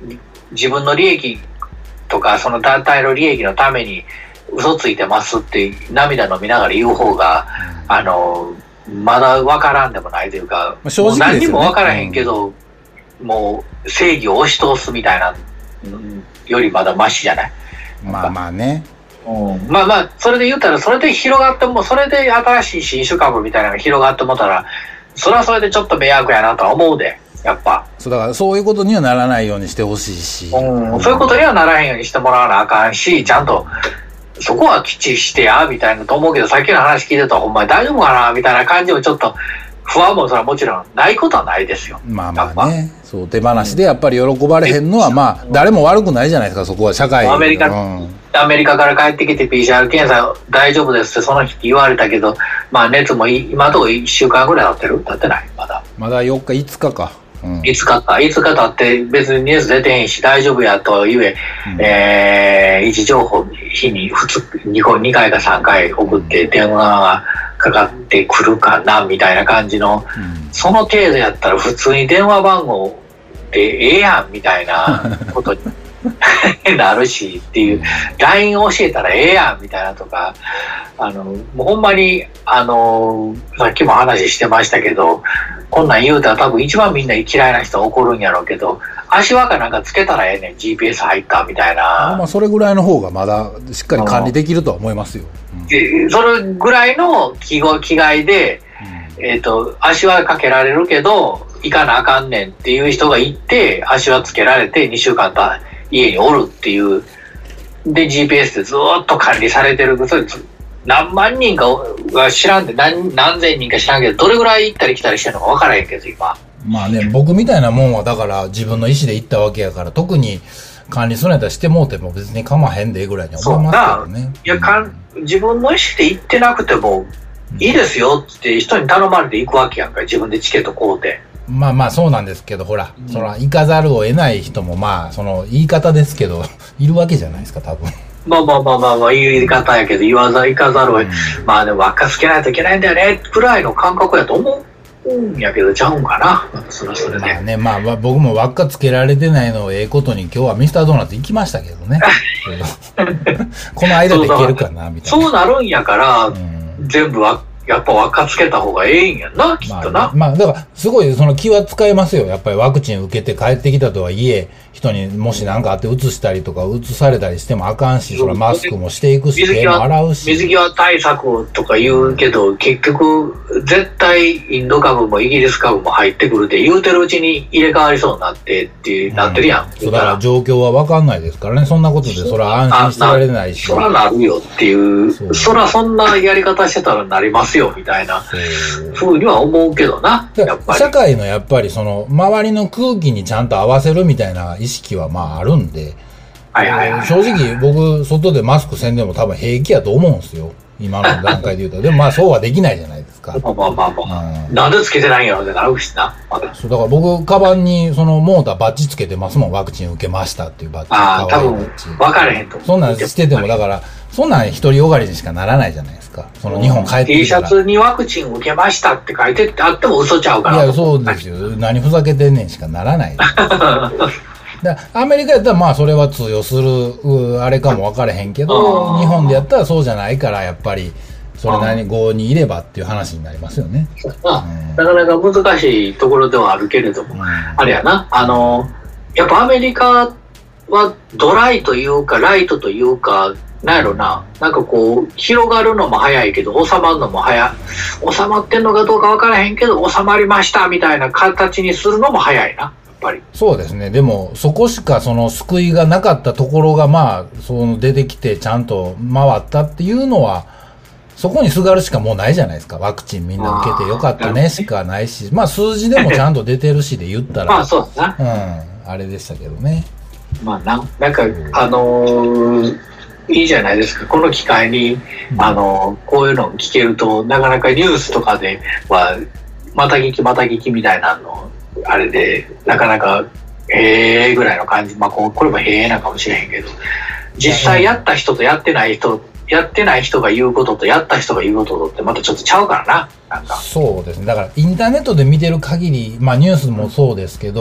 自分の利益とかその団体の利益のために嘘ついてますって涙飲みながら言う方が、うん、あのまだ分からんでもないというか、まあ、正直ですよね、何にも分からへんけど、うん、もう正義を押し通すみたいなよりまだマシじゃない。 まあまあね、 うん、まあまあそれで言ったらそれで広がってもそれで新しい新種株みたいなのが広がってもたらそれはそれでちょっと迷惑やなとは思うで、やっぱそうだからそういうことにはならないようにしてほしいし、 うん、そういうことにはならへんようにしてもらわなあかんし、ちゃんとそこはきっちりしてやみたいなと思うけど、さっきの話聞いてたらほんまに大丈夫かなみたいな感じもちょっと不安もそれはもちろんないことはないですよ。 まあまあね、そう手放しでやっぱり喜ばれへんのは、うん、まあ誰も悪くないじゃないですか、そこは社会アメリカ、うん、アメリカから帰ってきて ピーシーアール 検査大丈夫ですってその日言われたけど、まあ熱も今のところいっしゅうかんぐらい経ってる経ってないまだまだよっかいつかか、 うん、いつかかいつか経って別に熱出てへんし大丈夫やと言え、うん、えー、位置情報日にふつ 2, にかいかさんかい送って電話がかかってくるかなみたいな感じの、うん、その程度やったら普通に電話番号でええやんみたいなことになるしっていう ライン 教えたらええやんみたいなとか、あのもうほんまにあのさっきも話してましたけど、こんなん言うたら多分一番みんな嫌いな人は怒るんやろうけど、足輪かなんかつけたらええねん ジーピーエス 入ったみたいな、 まあそれぐらいの方がまだしっかり管理できるとは思いますよ、 うん、でそれぐらいの気概で、うん、えーと足輪かけられるけど行かなあかんねんっていう人がいて、足輪つけられてにしゅうかんた家におるっていうで ジーピーエス でずっと管理されてる、それ何万人かは知らんで 何, 何千人か知らんけどどれぐらい行ったり来たりしてるのか分からへんけど今まあね、僕みたいなもんはだから自分の意思で行ったわけやから、特に管理するんやったらしてもうても別に構わへんでぐらいに思いますけどね。 いや、かん自分の意思で行ってなくてもいいですよって人に頼まれて行くわけやんか、自分でチケット買うて。 まあまあそうなんですけど、ほら、うん、そら行かざるを得ない人もまあその言い方ですけどいるわけじゃないですか多分。 まあまあまあまあまあ言い方やけど言わざ行かざるを得ない、うん、まあでも輪っかつけないといけないんだよねくらいの感覚やと思うんやけどちゃうんかな。それはそれで。まあね、まあ僕も輪っかつけられてないのをええことに今日はミスタードーナツ行きましたけどね。この間で行けるかなみたいな。 そうなるんやから、うん、全部はやっぱ輪っかつけた方がええんやな、きっとな。 まあ、まあ、だからすごいその気は使えますよ。やっぱりワクチン受けて帰ってきたとはいえ、人にもし何かあって移したりとか移されたりしてもあかんし、それマスクもしていくし、手も洗うし。 水際対策とか言うけど、結局絶対インド株もイギリス株も入ってくるって言うてるうちに入れ替わりそうになってってなってるやん。うん、 そうだから状況は分かんないですからね。そんなことでそれは安心してられないし。 そらなるよっていう、そ, そらそんなやり方してたらなりますよみたいなふうには思うけどな。やっぱり社会のやっぱりその周りの空気にちゃんと合わせるみたいな意識はまああるんで、 はいはいはい、 正直僕外でマスクせんでも多分平気やと思うんですよ今の段階で言うと。でもまあそうはできないじゃないですか。 まあまあまあまあ、うん、なんでつけてないんやろってなるしな、ま、 そうだから僕カバンにそのモーターバッチつけてますもん。ワクチン受けましたっていうバッチ。 ああ多分分かれへんと思う。 そんなんしててもだからそんなん独りよがりにしかならないじゃないですか。その日本帰ってきたら、 うん、T シャツにワクチン受けましたって書いてってあっても嘘ちゃうから。 いやそうですよ。何ふざけてんねんしかならないだアメリカやったらまあそれは通用するあれかも分かれへんけど、日本でやったらそうじゃないからやっぱりそれなりに郷にいればっていう話になりますよね。 うん、なかなか難しいところではあるけれども、うん、あれやな、あのやっぱアメリカはドライというかライトというかなんやろな、なんかこう広がるのも早いけど収まるのも早い、収まってんのかどうか分からへんけど収まりましたみたいな形にするのも早いな。 そうですね。でもそこしかその救いがなかったところがまあその出てきてちゃんと回ったっていうのはそこにすがるしかもうないじゃないですか。ワクチンみんな受けてよかったねしかないし、まあ数字でもちゃんと出てるしで言ったらまあそうだな、うん、あれでしたけどね。 まあな、なんか、うん、あのー、いいじゃないですか。この機会に、うん、あのー、こういうのを聞けるとなかなかニュースとかではまた聞きまた聞きみたいなのあれでなかなかへえぐらいの感じ、まあこれもへえなのかもしれへんけど、実際やった人とやってない人、やってない人が言うこととやった人が言うこととってまたちょっとちゃうからな。なんかそうですね。だからインターネットで見てる限り、まあニュースもそうですけど、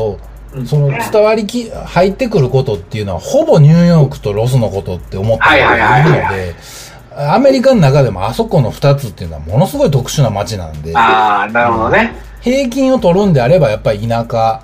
その伝わりき、入ってくることっていうのは、ほぼニューヨークとロスのことって思ってる人がいるので、アメリカの中でもあそこの二つっていうのはものすごい特殊な街なんで。 ああ、なるほどね。 平均を取るんであれば、やっぱり田舎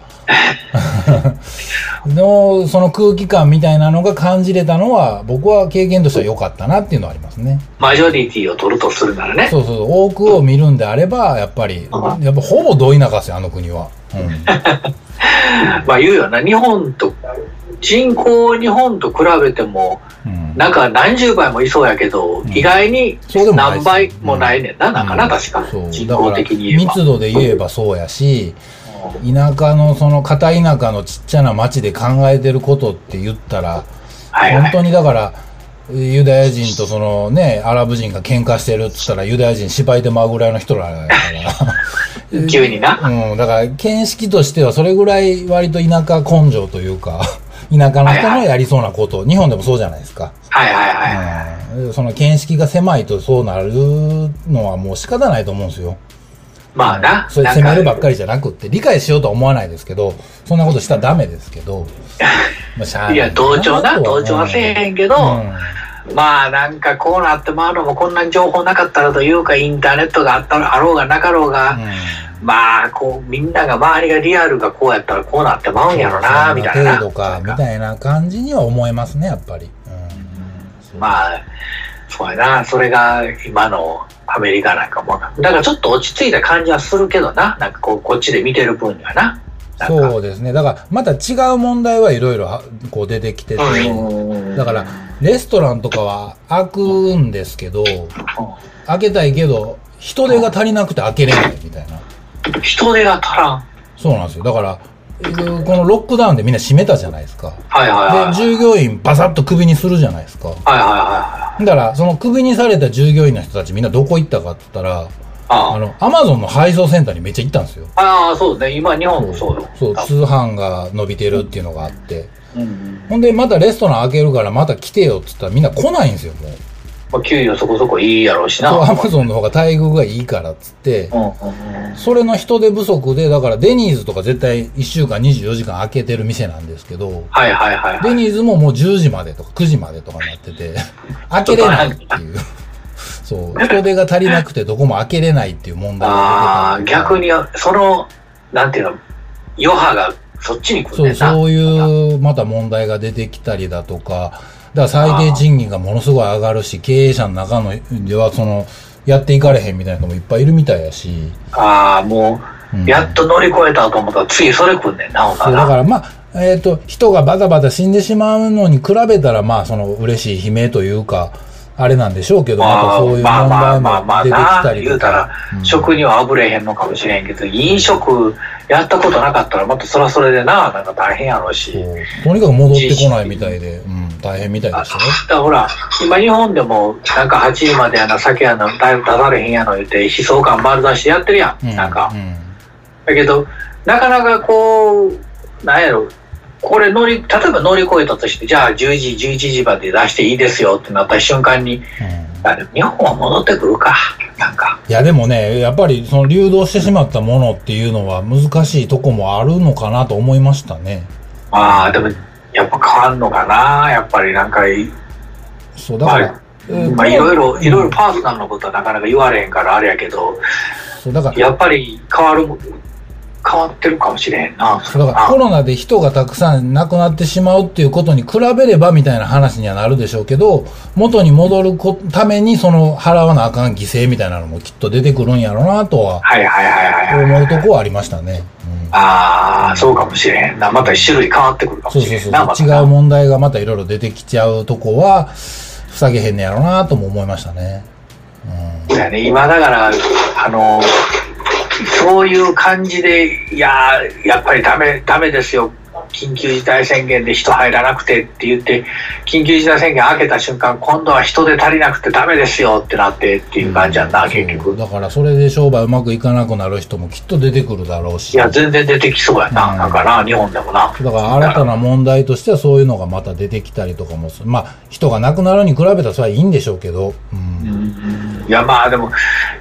の、その空気感みたいなのが感じれたのは、僕は経験としては良かったなっていうのはありますね。 マジョリティを取るとするならね。 そうそう、多くを見るんであれば、やっぱり、やっぱほぼど田舎ですよ、あの国は。うん、 まあ言うよな、日本と、人口日本と比べても、うん、なんか何十倍もいそうやけど、うん、意外に何倍もないねんな、うん、なんかな、確か。 そう人口的に言えば。 密度で言えばそうやし、うん、田舎のその片田舎のちっちゃな町で考えてることって言ったら、はいはい、本当にだから、ユダヤ人とそのね、アラブ人が喧嘩してるって言ったら、ユダヤ人芝居で舞うぐらいの人らやから。 急にな。 うん、だから、見識としてはそれぐらい割と田舎根性というか、田舎の人のやりそうなこと、はいはい、日本でもそうじゃないですか。 はいはいはい、 うん。その見識が狭いとそうなるのはもう仕方ないと思うんですよ。 まあな。 それ責めるばっかりじゃなくって、理解しようとは思わないですけど、そんなことしたらダメですけど。 まあ、しゃあないいや、同調な、同調はせえへんけど、うん、まあなんかこうなってまうのもこんなに情報なかったらというか、インターネットがあったらあろうがなかろうが、うん、まあこうみんなが周りがリアルがこうやったらこうなってまうんやろなみたいな程度かみたいな感じには思えますね、やっぱり。 うん、まあそうやな、それが今のアメリカなんかもだからちょっと落ち着いた感じはするけどな、なんかこうこっちで見てる分にはな。 そうですね。だからまた違う問題はいろいろこう出てきてて、だからレストランとかは開くんですけど、開けたいけど人手が足りなくて開けれないみたいな。 人手が足らん。 そうなんですよ。だからこのロックダウンでみんな閉めたじゃないですか。 はいはいはい。 で従業員バサッとクビにするじゃないですか。はいはいはい。 だからそのクビにされた従業員の人たちみんなどこ行ったかって言ったら。ああ、あの、アマゾンの配送センターにめっちゃ行ったんですよ。 ああ、そうですね。今、日本もそうよ。 そう、通販が伸びてるっていうのがあって。うんうん、ほんで、またレストラン開けるからまた来てよって言ったらみんな来ないんですよ、もう。 まあ、給料そこそこいいやろうしな。 そう、アマゾンの方が待遇がいいからっつって、うんうんうん、それの人手不足で、だからデニーズとか絶対いっしゅうかんにじゅうよじかん開けてる店なんですけど、 はいはいはい、はい。 デニーズももうじゅうじまでとかくじまでとかになってて、開けれないっていう。そう。人手が足りなくてどこも開けれないっていう問題が出てた。ああ、逆に、その、なんていうの、余波がそっちに来るんだそう、そういうまた問題が出てきたりだとか、だから最低賃金がものすごい上がるし、経営者の中のではその、やっていかれへんみたいなのもいっぱいいるみたいやし。 ああ、もう、うん、やっと乗り越えたと思ったら次それ来んねんな、ほんなら。だからまあ、えっと、人がバタバタ死んでしまうのに比べたら、まあ、その嬉しい悲鳴というか、あれなんでしょうけど、またそういう問題も出てきたりとか。言うたら、 うん、食にはあぶれへんのかもしれんけど、飲食やったことなかったら、またそらそれでな、なんか大変やろうし。 とにかく戻ってこないみたいで、うん、大変みたいですよ。 だからほら、今日本でも、なんかはちじまでやな、酒やな、出されへんやの言って、悲壮感丸出してやってるやん、うん、なんか、うん。だけど、なかなかこう、なんやろ、これ乗り、例えば乗り越えたとして、じゃあじゅうじ、じゅういちじまで出していいですよってなった瞬間に、うん、日本は戻ってくるか、なんか。 いやでもね、やっぱりその流動してしまったものっていうのは難しいとこもあるのかなと思いましたね。 ああ、でもやっぱ変わんのかな、やっぱりなんか、 そうだから、 まあいろいろ、いろいろパーソナルのことはなかなか言われへんからあれやけど、そうだからやっぱり変わる、変わってるかもしれへんな。 だからコロナで人がたくさん亡くなってしまうっていうことに比べればみたいな話にはなるでしょうけど、元に戻るためにその払わなあかん犠牲みたいなのもきっと出てくるんやろうなとは思うとこはありましたね。 うん、ああ、そうかもしれへんな。また種類変わってくるかもしれへんな。そうそうそう。 違う問題がまたいろいろ出てきちゃうとこは塞げへんねやろうなとも思いましたね。 うん。だね、今だからあの。そういう感じで、いややっぱりダメ、ダメですよ。緊急事態宣言で人入らなくてって言って、緊急事態宣言開けた瞬間、今度は人で足りなくてダメですよってなってっていう感じやんな、うん、結局。 だからそれで商売うまくいかなくなる人もきっと出てくるだろうし。 いや、全然出てきそうやな。うん、だから、日本でもな。 だから新たな問題としてはそういうのがまた出てきたりとかもする。まあ、人が亡くなるに比べたらそれはいいんでしょうけど。うん。 うん、いや、まあでも、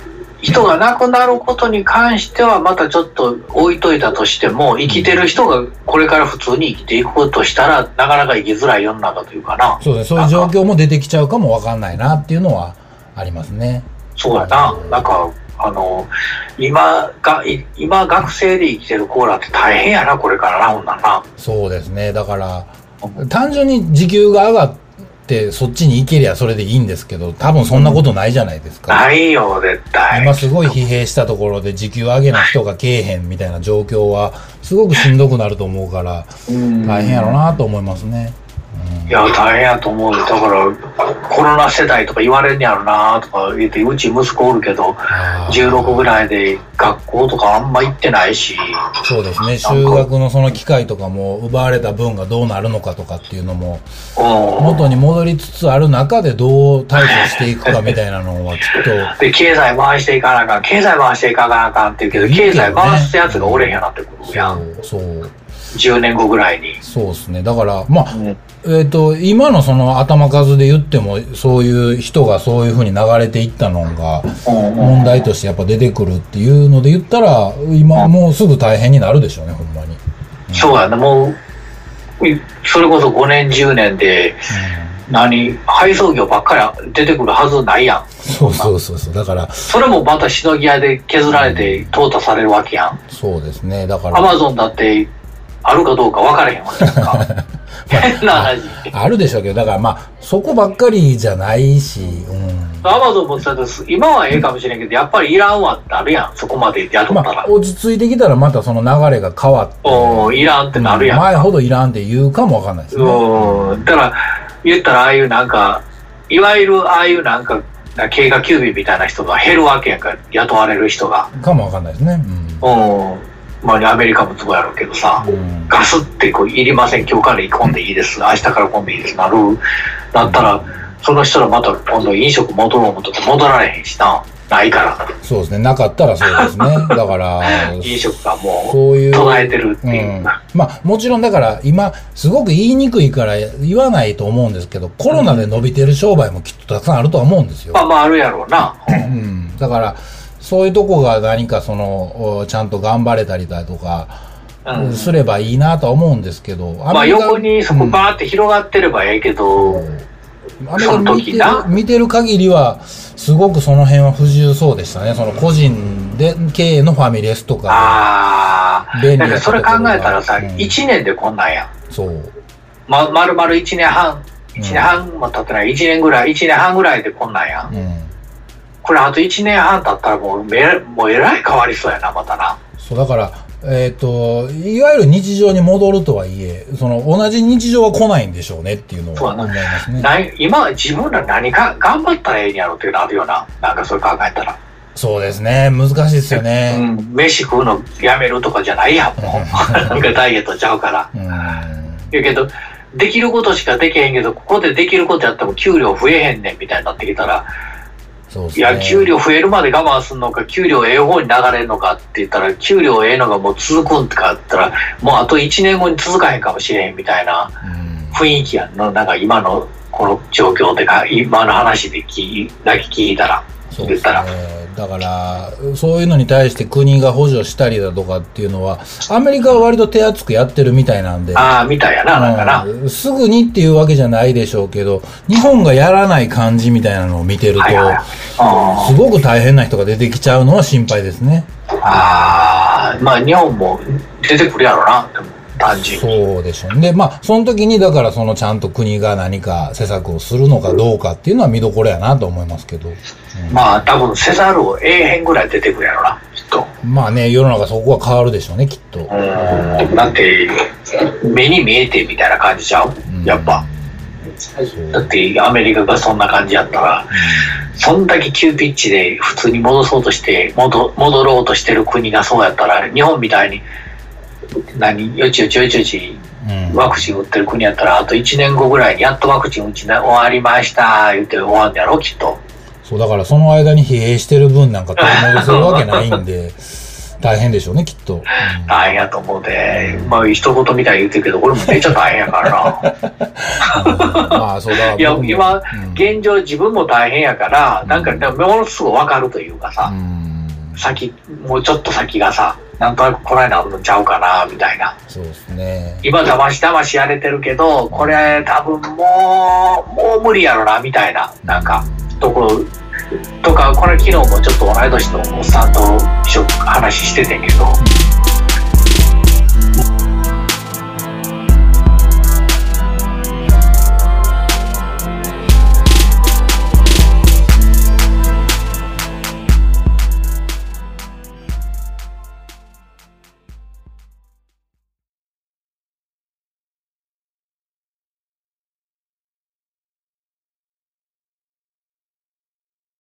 人が亡くなることに関してはまたちょっと置いといたとしても、生きてる人がこれから普通に生きていくとしたら、なかなか生きづらい世の中というかな。 そうですね。そういう状況も出てきちゃうかもわかんないなっていうのはありますね。 そうやな。なんか、あの、今が、今学生で生きてるコーラって大変やな、これからな、ほんなんな。 そうですね。だから、単純に時給が上がってそっちに行けりゃそれでいいんですけど、多分そんなことないじゃないですか。 うん、ないよ、絶対。 今すごい疲弊したところで時給上げな人がけえへんみたいな状況は、すごくしんどくなると思うから、大変やろうなと思いますね。 いや、大変やと思う。だから、コロナ世代とか言われんやろなとか言って、うち息子おるけど、じゅうろくぐらいで学校とかあんま行ってないし。 そうですね。修学のその機会とかも奪われた分がどうなるのかとかっていうのも、元に戻りつつある中でどう対処していくかみたいなのはきっと。 で、経済回していかなあかん、経済回していかなあかんって言うけど、経済回すやつがおれへんようになってくるやん。 そう、そう。 じゅうねんごぐらいに。 そうですね。だから、まあ、うんえっと、今のその頭数で言っても、そういう人がそういう風に流れていったのが、問題としてやっぱ出てくるっていうので言ったら、今もうすぐ大変になるでしょうね、ほんまに。 うん、そうやね、もう、それこそごねん、じゅうねんで、うん、何、配送業ばっかり出てくるはずないやん。 そうそうそうそう。だから。 それもまたしのぎ屋で削られて淘汰されるわけやん。 そうですね。だから。 アマゾンだって、あるかどうか分からへんわけですか。変な話。 あるでしょうけど、だからまあ、そこばっかりじゃないし、うん。 アマゾンもそうです。今はええかもしれんけど、やっぱりいらんわってあるやん。そこまで雇ったら。まあ、 落ち着いてきたらまたその流れが変わって。 おいらんってなるやん。 前ほどいらんって言うかもわかんないですね。 うん。だから、言ったらああいうなんか、いわゆるああいうなんか、経過急便みたいな人が減るわけやんか、雇われる人が。 かもわかんないですね。 うん。うんまあ、アメリカもそうやろうけどさ、うん、ガスってこういりません、今日から混んでいいです、明日から混んでいいです、なる、なったら、その人らまた今度飲食戻ろう思って戻られへんしな、ないから。 そうですね、なかったらそうですね。だから、 飲食がもう、そういう捉えてるっていう。うん、 まあ、もちろんだから今、すごく言いにくいから言わないと思うんですけど、コロナで伸びてる商売もきっとたくさんあるとは思うんですよ。 まあまあ、あるやろうな。 うん。だから、そういうとこが何かその、ちゃんと頑張れたりだとか、うん、すればいいなとは思うんですけど。 まあ横にそこバーって広がってればええけど、うん、 アメリカ見てる、見てる限りは、すごくその辺は不自由そうでしたね。その個人で経営のファミレスとか。 ああ。便利なところが。だからそれ考えたらさ、いち、うん、ねんでこんなんやん。 そう。 ま、丸々いちねんはん、いちねんはんも経ってない、いちねんぐらい、いちねんはんぐらいでこんなんやん。うんこれあといちねんはん経ったらもうめ、もうえらい変わりそうやな、またな。 そう、だから、えっと、いわゆる日常に戻るとはいえ、その同じ日常は来ないんでしょうねっていうのは思いますね。 な今、自分ら何か頑張ったらええんやろっていうのあるよな。なんかそれ考えたら。 そうですね。難しいですよね。 うん。飯食うのやめるとかじゃないやん、もう。なんかダイエットちゃうから。うん。言うけど、できることしかできへんけど、ここでできることやっても給料増えへんねんみたいになってきたら、そうですね、いや、給料増えるまで我慢するのか、給料ええ方に流れるのかって言ったら、給料ええのがもう続くんとかって言ったら、もうあといちねんごに続かへんかもしれへんみたいな雰囲気やんの、なんか今のこの状況でか、今の話で聞だけ聞いたら、 そうですね、言ったら。だから、そういうのに対して国が補助したりだとかっていうのは、アメリカは割と手厚くやってるみたいなんで。 ああ、みたいやな、なんかな、 うん。すぐにっていうわけじゃないでしょうけど、日本がやらない感じみたいなのを見てると、はいはい、すごく大変な人が出てきちゃうのは心配ですね。 ああ、まあ日本も出てくるやろな、でも。単純にそうでしょうね。まあ、その時に、だから、そのちゃんと国が何か施策をするのかどうかっていうのは見どころやなと思いますけど。うん、 まあ、多分せざるを得へんぐらい出てくるやろな、きっと。 まあね、世の中そこは変わるでしょうね、きっと。 うん。だって、目に見えてみたいな感じちゃう、うん、やっぱ。だって、アメリカがそんな感じやったら、うん、そんだけ急ピッチで普通に戻そうとして、戻、戻ろうとしてる国がそうやったら、日本みたいに、何よちよちよちよちワクチン打ってる国やったら、あといちねんごぐらいにやっとワクチン打ち終わりました言って終わるんやろきっと。 そうだからその間に疲弊してる分なんか取り戻せるわけないんで大変でしょうねきっと、うん、 大変やと思うで、まあ一言みたいに言ってるけど俺もめっちゃ大変やからな、うん、まあそうだいや今、うん、現状自分も大変やからなんかものすごい分かるというかさ、うん先、もうちょっと先がさ、なんとなくこないなるのちゃうかな、みたいな。 そうですね。 今、だましだましやれてるけど、これ多分もう、もう無理やろな、みたいな、なんか、ところ、とか、これ昨日もちょっと同い年のおっさんと一緒に話しててんけど、